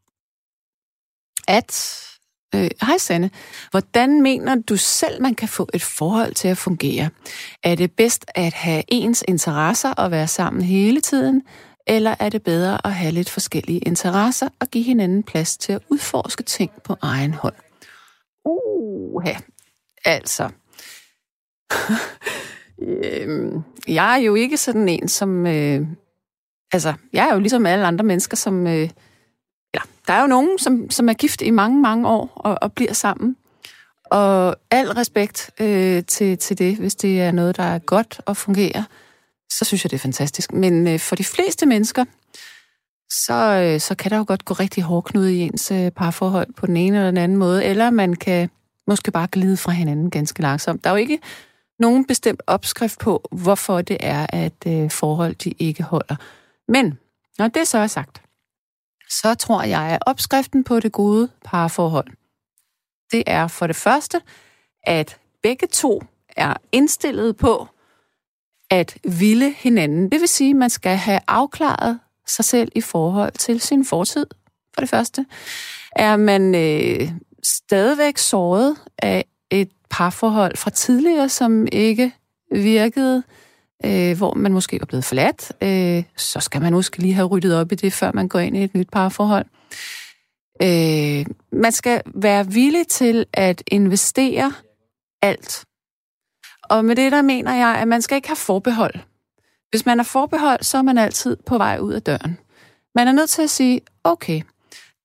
At... Øh, hej Sanne. Hvordan mener du selv, man kan få et forhold til at fungere? Er det bedst at have ens interesser og være sammen hele tiden? Eller er det bedre at have lidt forskellige interesser og give hinanden plads til at udforske ting på egen hånd? Uh, ja. Altså... øhm, jeg er jo ikke sådan en, som... Øh, altså, jeg er jo ligesom alle andre mennesker, som... Øh, ja, der er jo nogen, som, som er gift i mange, mange år og, og bliver sammen. Og al respekt øh, til, til det, hvis det er noget, der er godt og fungerer, så synes jeg, det er fantastisk. Men øh, for de fleste mennesker, så, øh, så kan der jo godt gå rigtig hårdknude i ens øh, parforhold på den ene eller den anden måde, eller man kan måske bare glide fra hinanden ganske langsomt. Der er jo ikke nogen bestemt opskrift på, hvorfor det er, at øh, forhold de ikke holder. Men når det så er sagt, så tror jeg, at opskriften på det gode parforhold, det er for det første, at begge to er indstillet på at ville hinanden. Det vil sige, at man skal have afklaret sig selv i forhold til sin fortid. For det første, er man øh, stadigvæk såret af et parforhold fra tidligere, som ikke virkede, øh, hvor man måske var blevet forladt, øh, så skal man måske lige have ryddet op i det, før man går ind i et nyt parforhold. Øh, man skal være villig til at investere alt. Og med det, der mener jeg, at man skal ikke have forbehold. Hvis man har forbehold, så er man altid på vej ud af døren. Man er nødt til at sige, okay,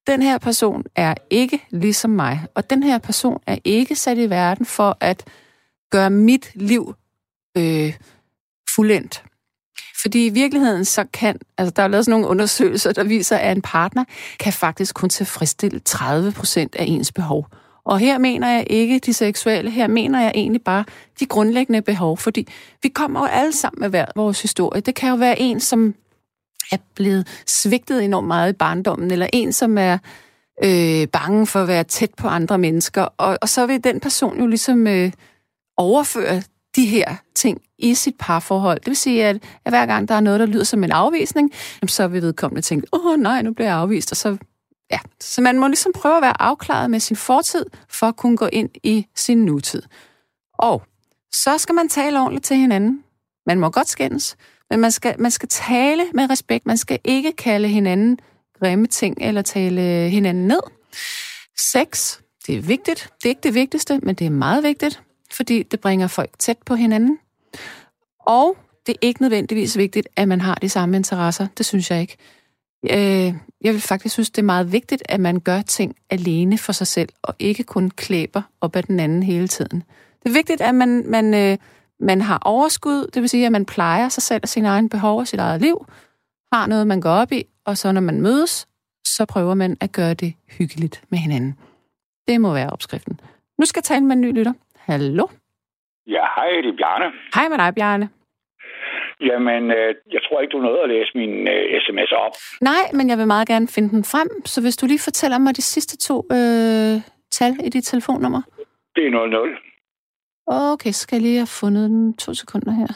den her person er ikke ligesom mig, og den her person er ikke sat i verden for at gøre mit liv øh, fuldendt. Fordi i virkeligheden så kan, altså der er lavet sådan nogle undersøgelser, der viser, at en partner kan faktisk kun tilfredsstille tredive procent af ens behov. Og her mener jeg ikke de seksuelle, her mener jeg egentlig bare de grundlæggende behov, fordi vi kommer jo alle sammen med hver vores historie. Det kan jo være en, som er blevet svigtet enormt meget i barndommen, eller en, som er øh, bange for at være tæt på andre mennesker, og, og så vil den person jo ligesom øh, overføre de her ting i sit parforhold. Det vil sige, at, at hver gang der er noget, der lyder som en afvisning, så vil vedkommende tænke, åh nej, nu bliver jeg afvist, og så ja, så man må ligesom prøve at være afklaret med sin fortid, for at kunne gå ind i sin nutid. Og så skal man tale ordentligt til hinanden. Man må godt skændes, men man skal, man skal tale med respekt. Man skal ikke kalde hinanden grimme ting, eller tale hinanden ned. Sex, det er vigtigt. Det er ikke det vigtigste, men det er meget vigtigt, fordi det bringer folk tæt på hinanden. Og det er ikke nødvendigvis vigtigt, at man har de samme interesser. Det synes jeg ikke. Jeg vil faktisk synes, det er meget vigtigt, at man gør ting alene for sig selv, og ikke kun klæber op ad den anden hele tiden. Det er vigtigt, at man, man, man har overskud, det vil sige, at man plejer sig selv og sine egne behov og sit eget liv, har noget, man går op i, og så når man mødes, så prøver man at gøre det hyggeligt med hinanden. Det må være opskriften. Nu skal jeg tale med en ny lytter. Hallo? Ja, hej, det er Bjarne. Hej med dig, Bjarne. Jamen, øh, jeg tror ikke, du nåede at læse min øh, sms'er op. Nej, men jeg vil meget gerne finde den frem. Så hvis du lige fortæller mig de sidste to øh, tal i dit telefonnummer. Det er nul nul. Okay, så skal jeg lige have fundet den to sekunder her.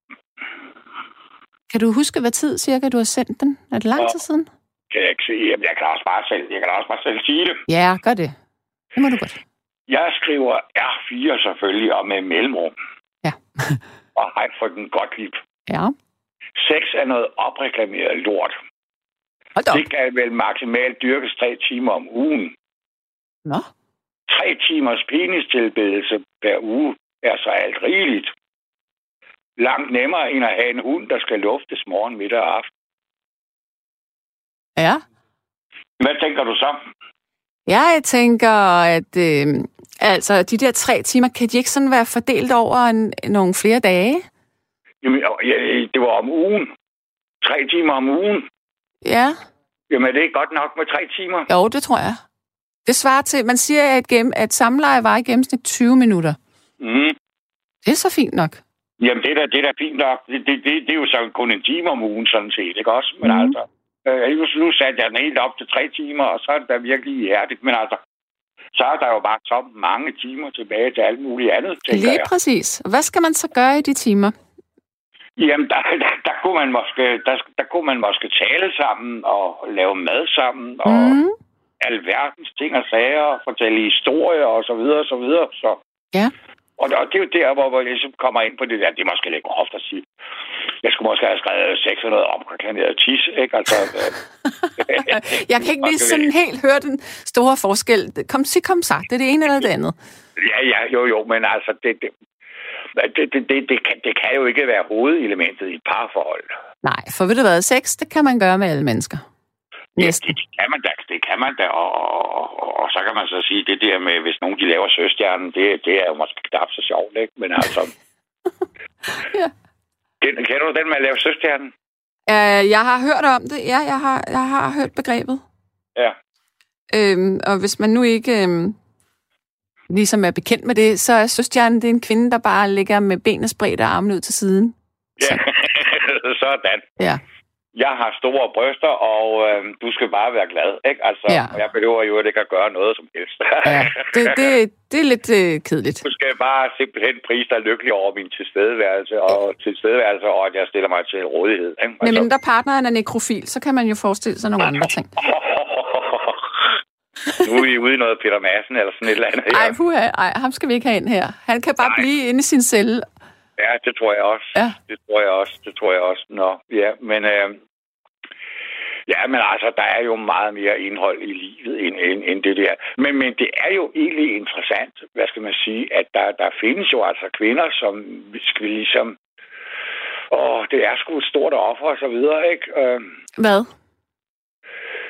Kan du huske, hvad tid cirka du har sendt den? Er det lang tid siden? Kan jeg ikke sige. Jamen, jeg kan også bare selv, jeg kan også bare selv sige det. Ja, gør det. Det må du godt. Jeg skriver R fire selvfølgelig, og med mellemrum. Ja. Og hej for den godt liv. Ja. Sex er noget opreklameret lort. Det kan vel maksimalt dyrkes tre timer om ugen. Nå? Tre timers penistilbedelse per uge er så alt rigeligt. Langt nemmere end at have en hund, der skal luftes morgen, middag og aften. Ja. Hvad tænker du så? Ja, jeg tænker, at øh, altså, de der tre timer, kan de ikke sådan være fordelt over en, nogle flere dage? Jamen, ja, det var om ugen. Tre timer om ugen. Ja. Jamen, er det ikke godt nok med tre timer? Jo, det tror jeg. Det svarer til, man siger, at, gennem, at samleje var i gennemsnit tyve minutter. Mm. Det er så fint nok. Jamen, det er da, det er da fint nok. Det, det, det, det er jo så kun en time om ugen, sådan set, ikke også? Men mm. altså, øh, nu satte jeg den helt op til tre timer, og så er det da virkelig ihærdigt. Men altså, så er der jo bare så mange timer tilbage til alt muligt andet, tænker Lige jeg. præcis. Hvad skal man så gøre i de timer? Jamen, der, der, der, kunne man måske, der, der kunne man måske tale sammen og lave mad sammen og mm. alverdens ting og sager, fortælle historier og så videre og så videre. Så. Ja. Og det er jo der, hvor jeg ligesom kommer ind på det der. Det er måske lidt groft at sige. Jeg skulle måske have skrevet sex og noget omkraklaneret tis, ikke? Altså, jeg kan ikke lige sådan helt høre den store forskel. Kom, sig, kom sagt. Det er det ene eller det andet. Ja, ja, jo, jo, men altså, det, det, det, det, det, det, kan, det kan jo ikke være hovedelementet i et parforhold. Nej, for ved du hvad, sex, det kan man gøre med alle mennesker. Næsten. Ja, det, det kan man da, det kan man da, og, og, og så kan man så sige, det der med, hvis nogen de laver søstjernen, det, det er jo måske knap så sjovt, ikke? Men altså... ja. Den, kender du den med at lave søstjernen? Uh, jeg har hørt om det, ja, jeg har, jeg har hørt begrebet. Ja. Øhm, og hvis man nu ikke øhm, ligesom er bekendt med det, så er søstjernen, det er en kvinde, der bare ligger med benene spredt og armen ud til siden. Ja, sådan. Ja. Jeg har store bryster, og øh, du skal bare være glad, ikke? Altså, ja. Jeg behøver jo ikke at gøre noget som helst. Ja, det, det, det er lidt øh, kedeligt. Du skal bare simpelthen prise dig lykkelig over min tilstedeværelse, og tilstedeværelse, og at jeg stiller mig til rådighed. Ikke? Altså... Men der partneren er nekrofil, så kan man jo forestille sig nogle andre ting. Nu er vi ude i noget Peter Madsen, eller sådan et eller andet. Ej, puha, ej, ham skal vi ikke have ind her. Han kan bare Ej. blive inde i sin celle. Ja, det tror jeg også. Ja. Det tror jeg også. Det tror jeg også. Nå, ja, men øh, ja, men altså, der er jo meget mere indhold i livet end, end, end det der. Men, men det er jo egentlig interessant, hvad skal man sige, at der, der findes jo altså kvinder, som skal ligesom, åh, det er sgu et stort offer og så videre, ikke? Øh, Hvad?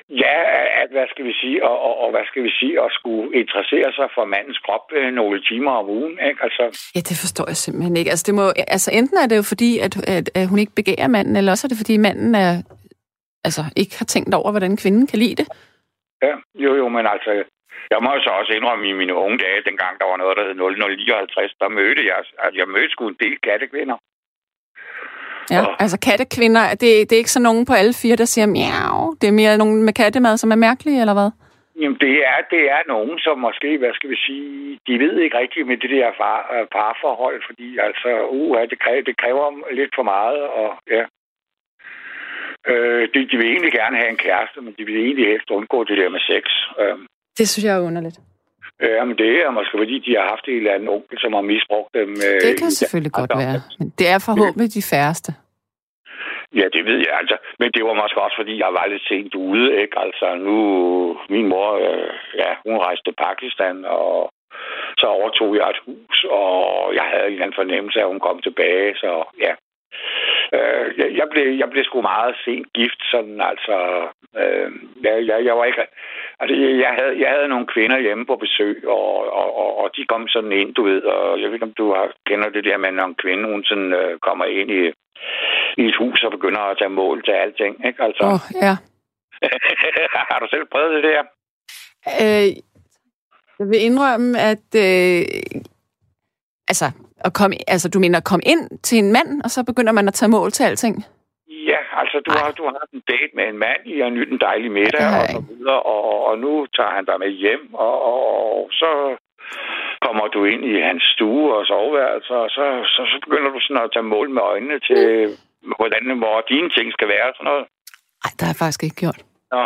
Ja, at, hvad skal vi sige, og, og, og hvad skal vi sige, at skulle interessere sig for mandens krop øh, nogle timer om ugen, ikke? Altså... Ja, det forstår jeg simpelthen ikke. Altså, det må, altså enten er det jo fordi, at, at, at hun ikke begærer manden, eller også er det fordi, manden er, altså, ikke har tænkt over, hvordan kvinden kan lide det. Ja, jo jo, men altså, jeg må jo så også indrømme i mine unge dage, dengang der var noget, der hed nul nul nioghalvtreds, der mødte jeg, altså jeg mødte sgu en del kattekvinder. Ja, og... altså kattekvinder, det, det er ikke så nogen på alle fire, der siger miau. Det er mere nogen med kattemad, som er mærkelige, eller hvad? Jamen, det er, det er nogen, som måske, hvad skal vi sige, de ved ikke rigtigt med det der far, parforhold, fordi altså, uh, det, kræver, det kræver lidt for meget, og ja. Øh, de, de vil egentlig gerne have en kæreste, men de vil egentlig helst undgå det der med sex. Øh. Det synes jeg er underligt. Ja, men det er måske, fordi de har haft en eller anden onkel, som har misbrugt dem. Øh, det kan selvfølgelig godt være, men det er forhåbentlig de færreste. Ja, det ved jeg altså. Men det var måske også, fordi jeg var lidt sent ude, ikke? Altså nu, min mor, øh, ja, hun rejste til Pakistan, og så overtog jeg et hus, og jeg havde en eller anden fornemmelse af, at hun kom tilbage, så ja. Øh, jeg, jeg, blev, jeg blev sgu meget sent gift, sådan altså, øh, jeg, jeg, jeg var ikke, altså jeg havde, jeg havde nogle kvinder hjemme på besøg, og, og, og, og de kom sådan ind, du ved, og jeg ved ikke, om du har, kender det der med, når en kvinde, hun sådan øh, kommer ind i, i et hus og begynder at tage mål til alting, ikke? Altså. Åh, oh, ja. Har du selv prøvet det der? Øh, jeg vil indrømme, at øh, altså, at komme, altså, du mener at komme ind til en mand, og så begynder man at tage mål til alting? Ja, altså, du har, du har haft en date med en mand, I har nydt en dejlig middag, Ej. og så videre, og, og nu tager han dig med hjem, og, og, og så kommer du ind i hans stue og soveværelse, og så, så, så begynder du sådan at tage mål med øjnene til, mm. hvordan, hvor dine ting skal være, sådan noget. Nej, det har jeg faktisk ikke gjort. Nå.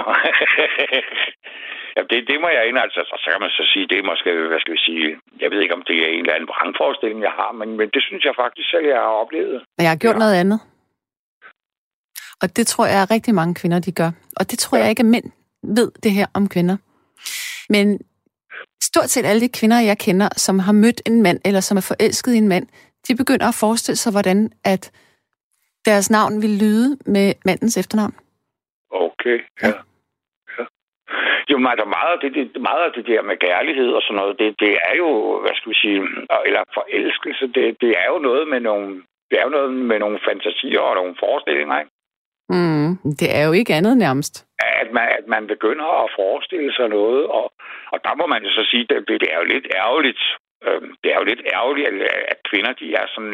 Ja, det, det må jeg ind, altså, så kan man så sige, det er måske, hvad skal vi sige, jeg ved ikke, om det er en eller anden vrangforestilling, jeg har, men, men det synes jeg faktisk selv, jeg har oplevet. Men jeg har gjort ja. noget andet. Og det tror jeg, at rigtig mange kvinder, de gør. Og det tror ja. jeg ikke, at mænd ved det her om kvinder. Men stort set alle de kvinder, jeg kender, som har mødt en mand, eller som er forelsket i en mand, de begynder at forestille sig, hvordan at deres navn vil lyde med mandens efternavn. Okay, ja. ja. ja. Jo, men altså meget af det, det, meget af det der med kærlighed og sådan noget, det, det er jo, hvad skal vi sige, eller forelskelse, det, det er jo noget med nogle, det er jo noget med nogle fantasier og nogle forestillinger, ikke? Mm, det er jo ikke andet nærmest. At man, at man begynder at forestille sig noget, og, og der må man jo så sige, det, det er jo lidt ærgerligt, øh, det er jo lidt ærgerligt, at, at kvinder, de er sådan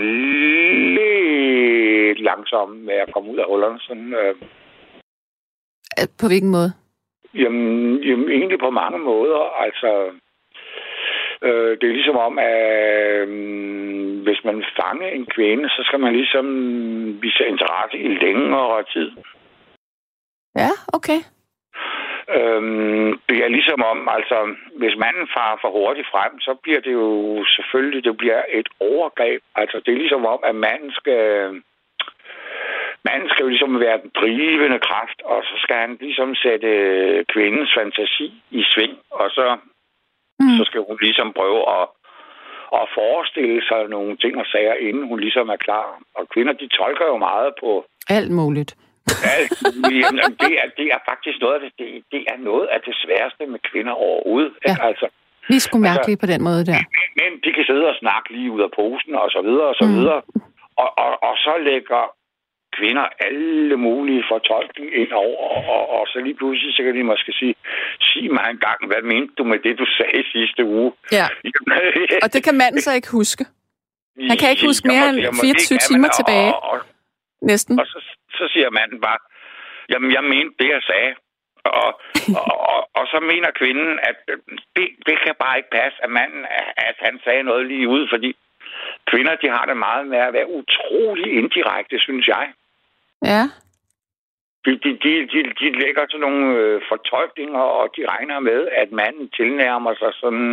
lidt langsomme med at komme ud af hullerne. Sådan, øh. På hvilken måde? Jamen, jamen, egentlig på mange måder. Altså, øh, det er ligesom om, at øh, hvis man fanger en kvinde, så skal man ligesom vise interesse i længere tid. Ja, okay. Øhm, det er ligesom om, altså, hvis manden farer for hurtigt frem, så bliver det jo selvfølgelig, det bliver et overgreb. Altså, det er ligesom om, at manden skal... Manden skal jo ligesom være den drivende kraft, og så skal han ligesom sætte kvindens fantasi i sving, og så, mm. så skal hun ligesom prøve at, at forestille sig nogle ting og sager, inden hun ligesom er klar. Og kvinder, de tolker jo meget på... Alt muligt. Alt muligt. Det er, det er faktisk noget af det, det, det er noget af det sværeste med kvinder overhovedet. Ja. Altså, vi er sgu mærkelige altså, på den måde der. Men de kan sidde og snakke lige ud af posen, og så videre, og så mm. videre. Og, og, og så lægger kvinder alle mulige fortolkninger ind over, og, og, og så lige pludselig, så kan de måske sige, sig mig en gang, hvad mente du med det, du sagde sidste uge? Ja, og det kan manden så ikke huske. Han kan ikke huske mere end fireogtyve timer tilbage. Og, og, Næsten. Og så, så siger manden bare, jamen, jeg mente det, jeg sagde. Og, og, og, og så mener kvinden, at det, det kan bare ikke passe, at manden, at han sagde noget lige ud, fordi kvinder, de har det meget med at være utrolig indirekte, synes jeg. Ja. De, de, de, de, de lægger sådan nogle øh, fortolkninger, og de regner med, at manden tilnærmer sig sådan...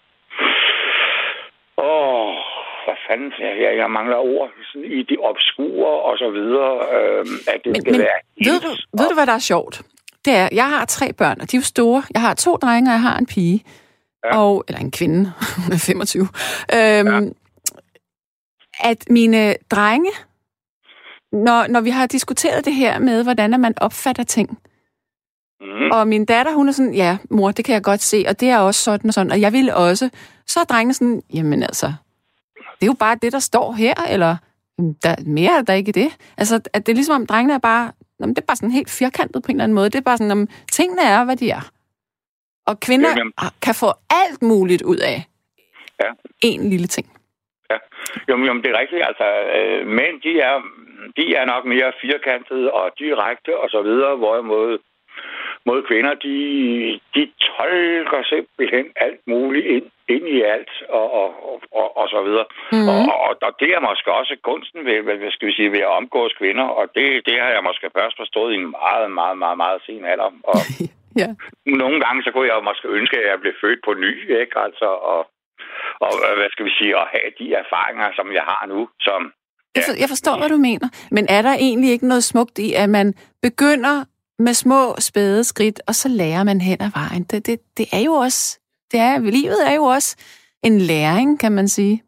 Åh, hvad fanden, jeg, jeg mangler ord sådan, i de obskure og så videre, øh, at det men, skal men, være... Ved du, ved du, hvad der er sjovt? Det er, jeg har tre børn, og de er jo store. Jeg har to drenge, og jeg har en pige. Ja. Og, eller en kvinde, hun er femogtyve. Øhm, ja. At mine drenge, når, når vi har diskuteret det her med, hvordan man opfatter ting, Mm. Og min datter, hun er sådan, ja, mor, det kan jeg godt se, og det er også sådan og sådan, og jeg ville også. Så er drengene sådan, jamen altså, det er jo bare det, der står her, eller der, mere er der ikke i det. Altså, at det er ligesom om drengene er bare, jamen, det er bare sådan helt firkantet på en eller anden måde. Det er bare sådan, om tingene er, hvad de er. Og kvinder jamen. kan få alt muligt ud af ja. en lille ting. Ja, jamen, jamen det er rigtigt. Altså, øh, mænd, de er, de er nok mere firkantede og direkte og så videre, hvorimod mod kvinder, de, de tolker simpelthen alt muligt ind, ind i alt og, og, og, og så videre. Mm. Og, og, og det er måske også kunsten ved, hvad skal vi sige, ved at omgås kvinder, og det, det har jeg måske først forstået i en meget, meget, meget, meget sen alder. Og ja. Nogle gange, så kunne jeg måske ønske, at jeg blev født på ny, ikke? Altså, og, og hvad skal vi sige, at have de erfaringer, som jeg har nu, som... Ja. Jeg forstår, hvad du mener. Men er der egentlig ikke noget smukt i, at man begynder med små, spæde skridt, og så lærer man hen ad vejen? Det, det, det er jo også... Det er, livet er jo også en læring, kan man sige.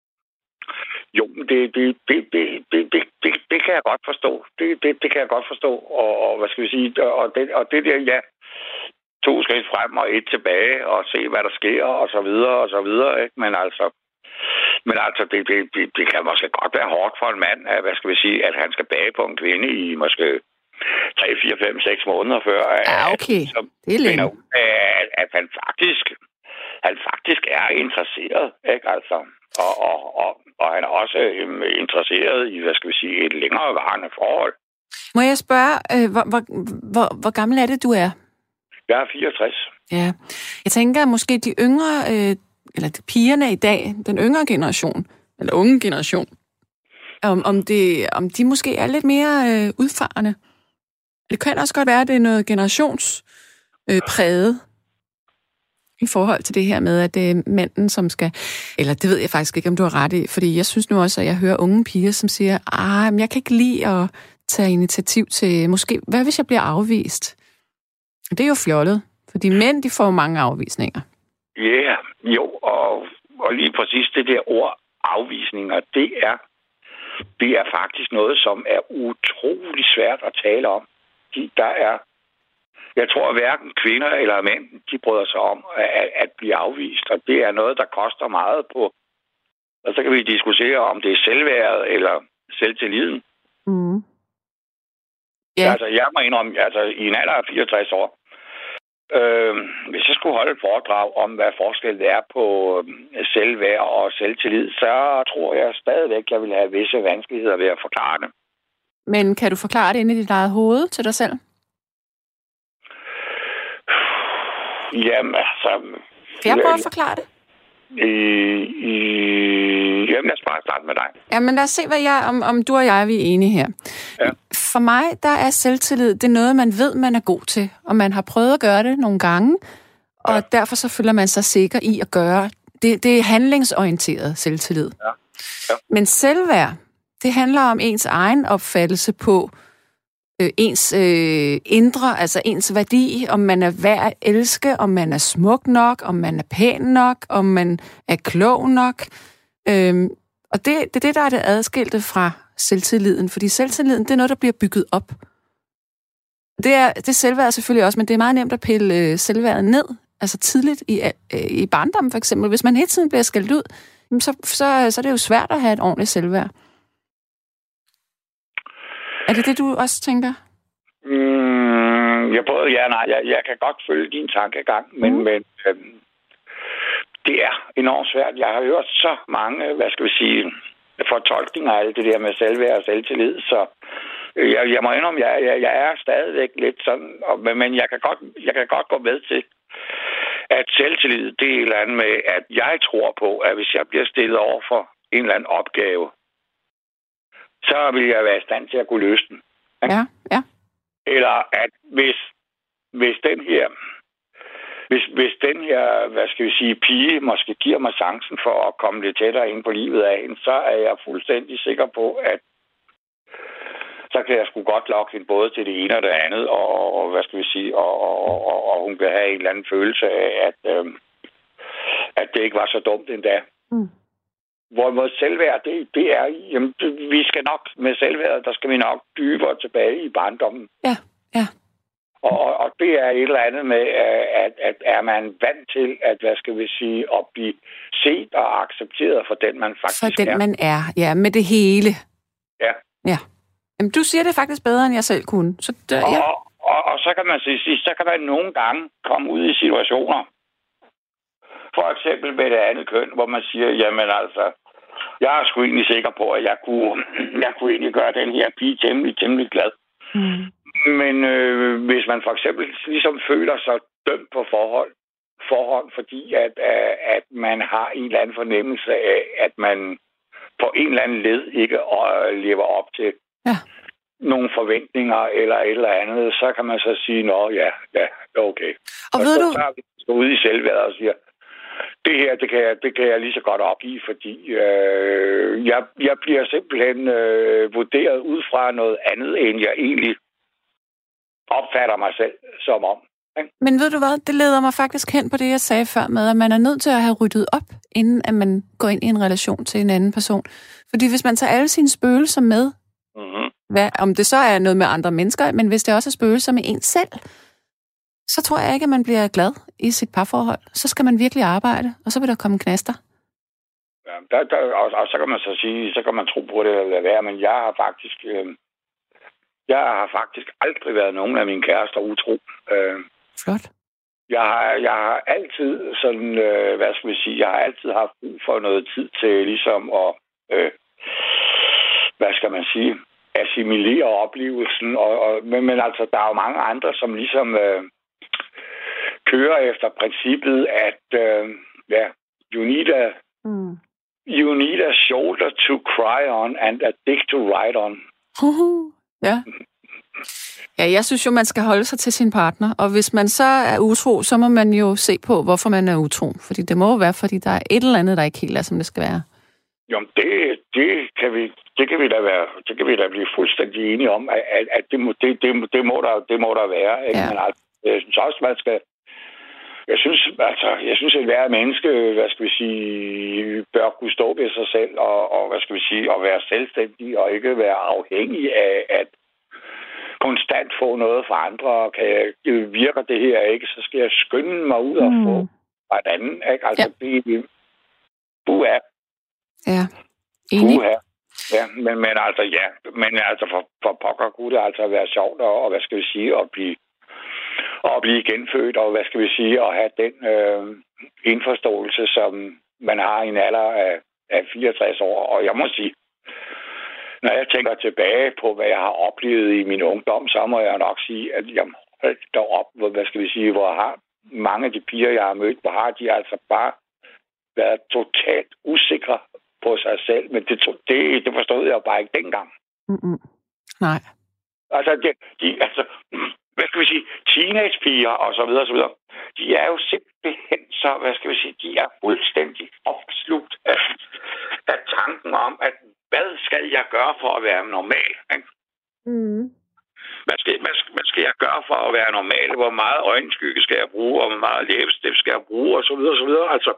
Jo, det, det, det, det, det, det, det, det kan jeg godt forstå. Det, det, det kan jeg godt forstå. Og, og hvad skal vi sige? Og det, og det der, ja... To skridt frem og et tilbage, og se, hvad der sker, og så videre, og så videre, ikke? Men altså... Men altså, det, det, det, det kan måske godt være hårdt for en mand, at, hvad skal vi sige, at han skal bage på en kvinde i måske tre, fire, fem, seks måneder før. Ja, okay. At, det er længe. At, at han faktisk, han faktisk er interesseret, ikke altså? Og, og, og, og han er også um, interesseret i, hvad skal vi sige, et længerevarende forhold. Må jeg spørge, øh, hvor, hvor, hvor, hvor gammel er det, du er? Jeg er fireogtres. Ja. Jeg tænker, måske de yngre... Øh, eller de pigerne i dag, den yngre generation, eller unge generation, om, om, det, om de måske er lidt mere øh, udfarende. Det kan også godt være, at det er noget generationspræget øh, i forhold til det her med, at det er mænden, som skal... Eller det ved jeg faktisk ikke, om du har ret i, fordi jeg synes nu også, at jeg hører unge piger, som siger, ah, men jeg kan ikke lide at tage initiativ til... Måske, hvad hvis jeg bliver afvist? Det er jo fjollet, fordi mænd, de får mange afvisninger. Ja, yeah, jo, og, og lige præcis det der ord afvisninger, det er, det er faktisk noget, som er utrolig svært at tale om. De, der er, jeg tror, at hverken kvinder eller mænd, de bryder sig om at, at blive afvist, og det er noget, der koster meget på. Og så kan vi diskutere, om det er selvværdet eller selvtilliden. Mm. Yeah. Altså, jeg må indrømme, altså i en alder af fireogtres år, Øh, hvis jeg skulle holde et foredrag om, hvad forskellen er på selvværd og selvtillid, så tror jeg stadigvæk, at jeg vil have visse vanskeligheder ved at forklare det. Men kan du forklare det inde i dit eget hoved til dig selv? Jamen, altså... Kan jeg prøve at forklare det? I, i, jamen, lad os bare starte med dig. Jamen, lad os se, hvad jeg, om, om du og jeg vi er enige her. Ja. For mig, der er selvtillid, det er noget, man ved, man er god til. Og man har prøvet at gøre det nogle gange, og ja. Derfor så føler man sig sikker i at gøre. Det, det er handlingsorienteret selvtillid. Ja. Ja. Men selvværd, det handler om ens egen opfattelse på øh, ens øh, indre, altså ens værdi, om man er værd at elske, om man er smuk nok, om man er pæn nok, om man er klog nok. Øhm, og det, det er det, der er det adskilte fra selvtilliden, fordi selvtilliden, det er noget, der bliver bygget op. Det er, det er selvværd selvfølgelig også, men det er meget nemt at pille øh, selvværdet ned, altså tidligt i, øh, i barndommen for eksempel. Hvis man hele tiden bliver skældt ud, så, så, så er det jo svært at have et ordentligt selvværd. Er det det, du også tænker? Mm, jeg prøver, ja, nej, jeg, jeg kan godt følge din tankegang, men, mm. men øh, det er enormt svært. Jeg har hørt så mange, hvad skal vi sige, fortolkninger af alt det der med selvværd og selvtillid, så jeg, jeg må indrømme, jeg, jeg, jeg er stadigvæk lidt sådan, og, men jeg kan, godt, jeg kan godt gå med til, at selvtillid, det er et eller andet med, at jeg tror på, at hvis jeg bliver stillet over for en eller anden opgave, så vil jeg være i stand til at kunne løse den. Ja, ja. Eller at hvis, hvis den her hvis, hvis den her, hvad skal vi sige, pige måske giver mig chancen for at komme lidt tættere ind på livet af hende, så er jeg fuldstændig sikker på, at så kan jeg sgu godt lokke hende både til det ene og det andet, og, og hvad skal vi sige, og, og, og, og hun kan have en eller anden følelse af, at, øh, at det ikke var så dumt endda. Mm. Hvorimod selvværd, det, det er, jamen, vi skal nok med selvværd, der skal vi nok dybere tilbage i barndommen. Ja, ja. Og, og det er et eller andet med, at, at er man vant til, at, hvad skal vi sige, at blive set og accepteret for den, man faktisk er. For den, er. man er, ja, med det hele. Ja. Ja. Jamen, du siger det faktisk bedre, end jeg selv kunne. Så det, ja. og, og, og så kan man sige, så kan man nogle gange komme ud i situationer, for eksempel med det andet køn, hvor man siger, jamen altså, jeg er sgu egentlig sikker på, at jeg kunne, jeg kunne egentlig gøre den her pige temmelig, temmelig glad. Mm. Men øh, hvis man for eksempel ligesom føler sig dømt på forhold, forhold fordi at, at man har en eller anden fornemmelse af, at man på en eller anden led ikke lever op til ja. nogle forventninger eller et eller andet, så kan man så sige, nå ja, ja, okay. Og, og ved så du... tager vi så ud i selvværdet og siger, det her, det kan jeg, det kan jeg lige så godt opgive, fordi øh, jeg, jeg bliver simpelthen øh, vurderet ud fra noget andet, end jeg egentlig opfatter mig selv som om. Ikke? Men ved du hvad, det leder mig faktisk hen på det, jeg sagde før med, at man er nødt til at have ryddet op, inden at man går ind i en relation til en anden person. Fordi hvis man tager alle sine spøgelser med, mm-hmm. hvad, om det så er noget med andre mennesker, men hvis det også er spøgelser med en selv, så tror jeg ikke, at man bliver glad i sit parforhold. Så skal man virkelig arbejde, og så vil der komme knaster. Ja, der, der, og, og så kan man så sige, så kan man tro på det eller være, men jeg har faktisk, øh, jeg har faktisk aldrig været nogen af mine kærester utro. Øh, Flot. Jeg har, jeg har altid sådan, øh, hvad skal vi sige, jeg har altid haft brug for noget tid til ligesom at, øh, hvad skal man sige, assimilere oplevelsen. Og, og, men, men altså, der er jo mange andre, som ligesom øh, kører efter princippet, at øh, ja, you need a mm. you need a shoulder to cry on and a dick to ride on. Uh-huh. Ja. Ja, jeg synes jo, man skal holde sig til sin partner, og hvis man så er utro, så må man jo se på, hvorfor man er utro. Fordi det må jo være, fordi der er et eller andet, der ikke helt er, som det skal være. Jo, det, det, kan vi, det, kan vi da være, det kan vi da blive fuldstændig enige om, at, at det, må, det, det, det, må der, det må der være. Ikke? Ja. Men altså, jeg synes også, man skal... Jeg synes, altså, jeg synes, at hver menneske, hvad skal vi sige, bør kunne stå ved sig selv, og, og hvad skal vi sige, og være selvstændig, og ikke være afhængig af, at konstant få noget fra andre, og kan jeg, virker det her ikke, så skal jeg skynde mig ud og mm. få fra et andet. Ikke? Altså, ja. det buha. Ja, enig. Buha. Ja, men, men altså, ja, men altså, for, for pokker kunne det altså være sjovt, og, og hvad skal vi sige, at blive, at blive genfødt, og hvad skal vi sige, at have den øh, indforståelse, som man har i en alder af, af fireogtres år, og jeg må sige, når jeg tænker tilbage på, hvad jeg har oplevet i min ungdom, så må jeg nok sige, at jeg holdt derop, hvad skal vi sige, hvor jeg har mange af de piger, jeg har mødt, hvor har de altså bare været totalt usikre på sig selv. Men det, det, det forstod jeg bare ikke dengang. Mm-mm. Nej. Altså, det, de, altså, hvad skal vi sige, teenagepiger og så videre, og så videre, de er jo simpelthen så, hvad skal vi sige, de er fuldstændig opslugt af, af tanken om, at hvad skal jeg gøre for at være normal? Mm. Hvad, skal, hvad, hvad skal jeg gøre for at være normal? Hvor meget øjenskygge skal jeg bruge? Og hvor meget læbestift skal jeg bruge? Og så videre, og så videre. Altså,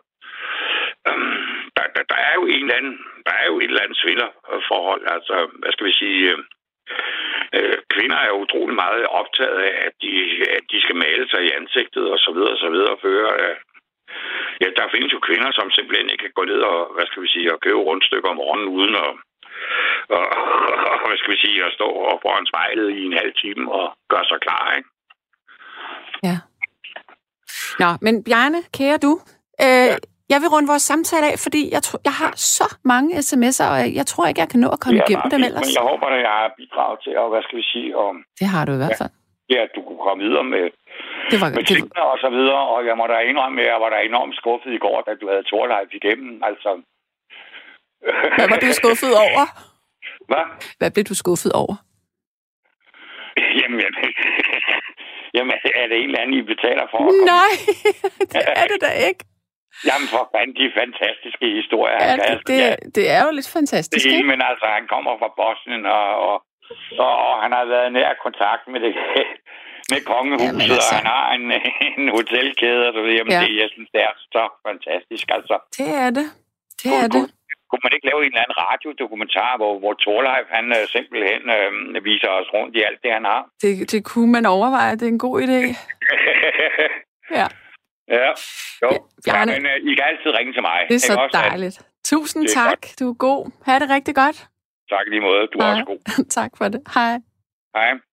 øhm, der, der, der, er jo en eller anden, der er jo et eller andet svinderforhold. Altså, hvad skal vi sige? Øh, kvinder er jo utrolig meget optaget af, at de, at de skal male sig i ansigtet, og så videre, og så videre. Føre, øh, Ja, der findes jo kvinder, som simpelthen ikke kan gå ned og, hvad skal vi sige, og købe rundstykker om morgenen uden at, og, og, hvad skal vi sige, at stå foran spejlet i en halv time og gøre sig klar, ikke? Ja. Nå, men Bjarne, kære du, øh, ja. jeg vil runde vores samtale af, fordi jeg, tro, jeg har så mange sms'er, og jeg tror ikke, jeg kan nå at komme ja, igennem dem ellers. Men jeg håber, at jeg har bidraget til, og hvad skal vi sige, om... Det har du i hvert fald. Ja, at du kunne komme videre med... Det var, med tingene det... og så videre, og jeg må da indrømme, at jeg var da enormt skuffet i går, da du havde Torleif igennem, altså. Hvad var du skuffet over? Hvad? Hvad blev du skuffet over? Jamen, jamen, jamen er det en eller anden, I betaler for? Nej, det er det da ikke. Jamen, for fanden, de fantastiske historier. Ja, det, det, ja. det er jo lidt fantastisk, det, ikke? Men altså, han kommer fra Bosnien, og, og, og, og han har været nær kontakt med det... med kongehuset, ja, altså... og han har en, en hotelkæde, og så videre. Jamen, ja. det, jeg synes, det er så fantastisk, altså. Det er det. Det god, er det. kunne man ikke lave en eller anden radiodokumentar, hvor, hvor Torleif, han øh, simpelthen øh, viser os rundt i alt det, han har? Det, det kunne man overveje. Det er en god idé. Ja. Ja, jo. Ja, ja, men øh, I kan altid ringe til mig. Det er så også, dejligt. Tusind tak. Godt. Du er god. Ha' det rigtig godt. Tak lige måde. Du er Hej. også god. Tak for det. Hej. Hej.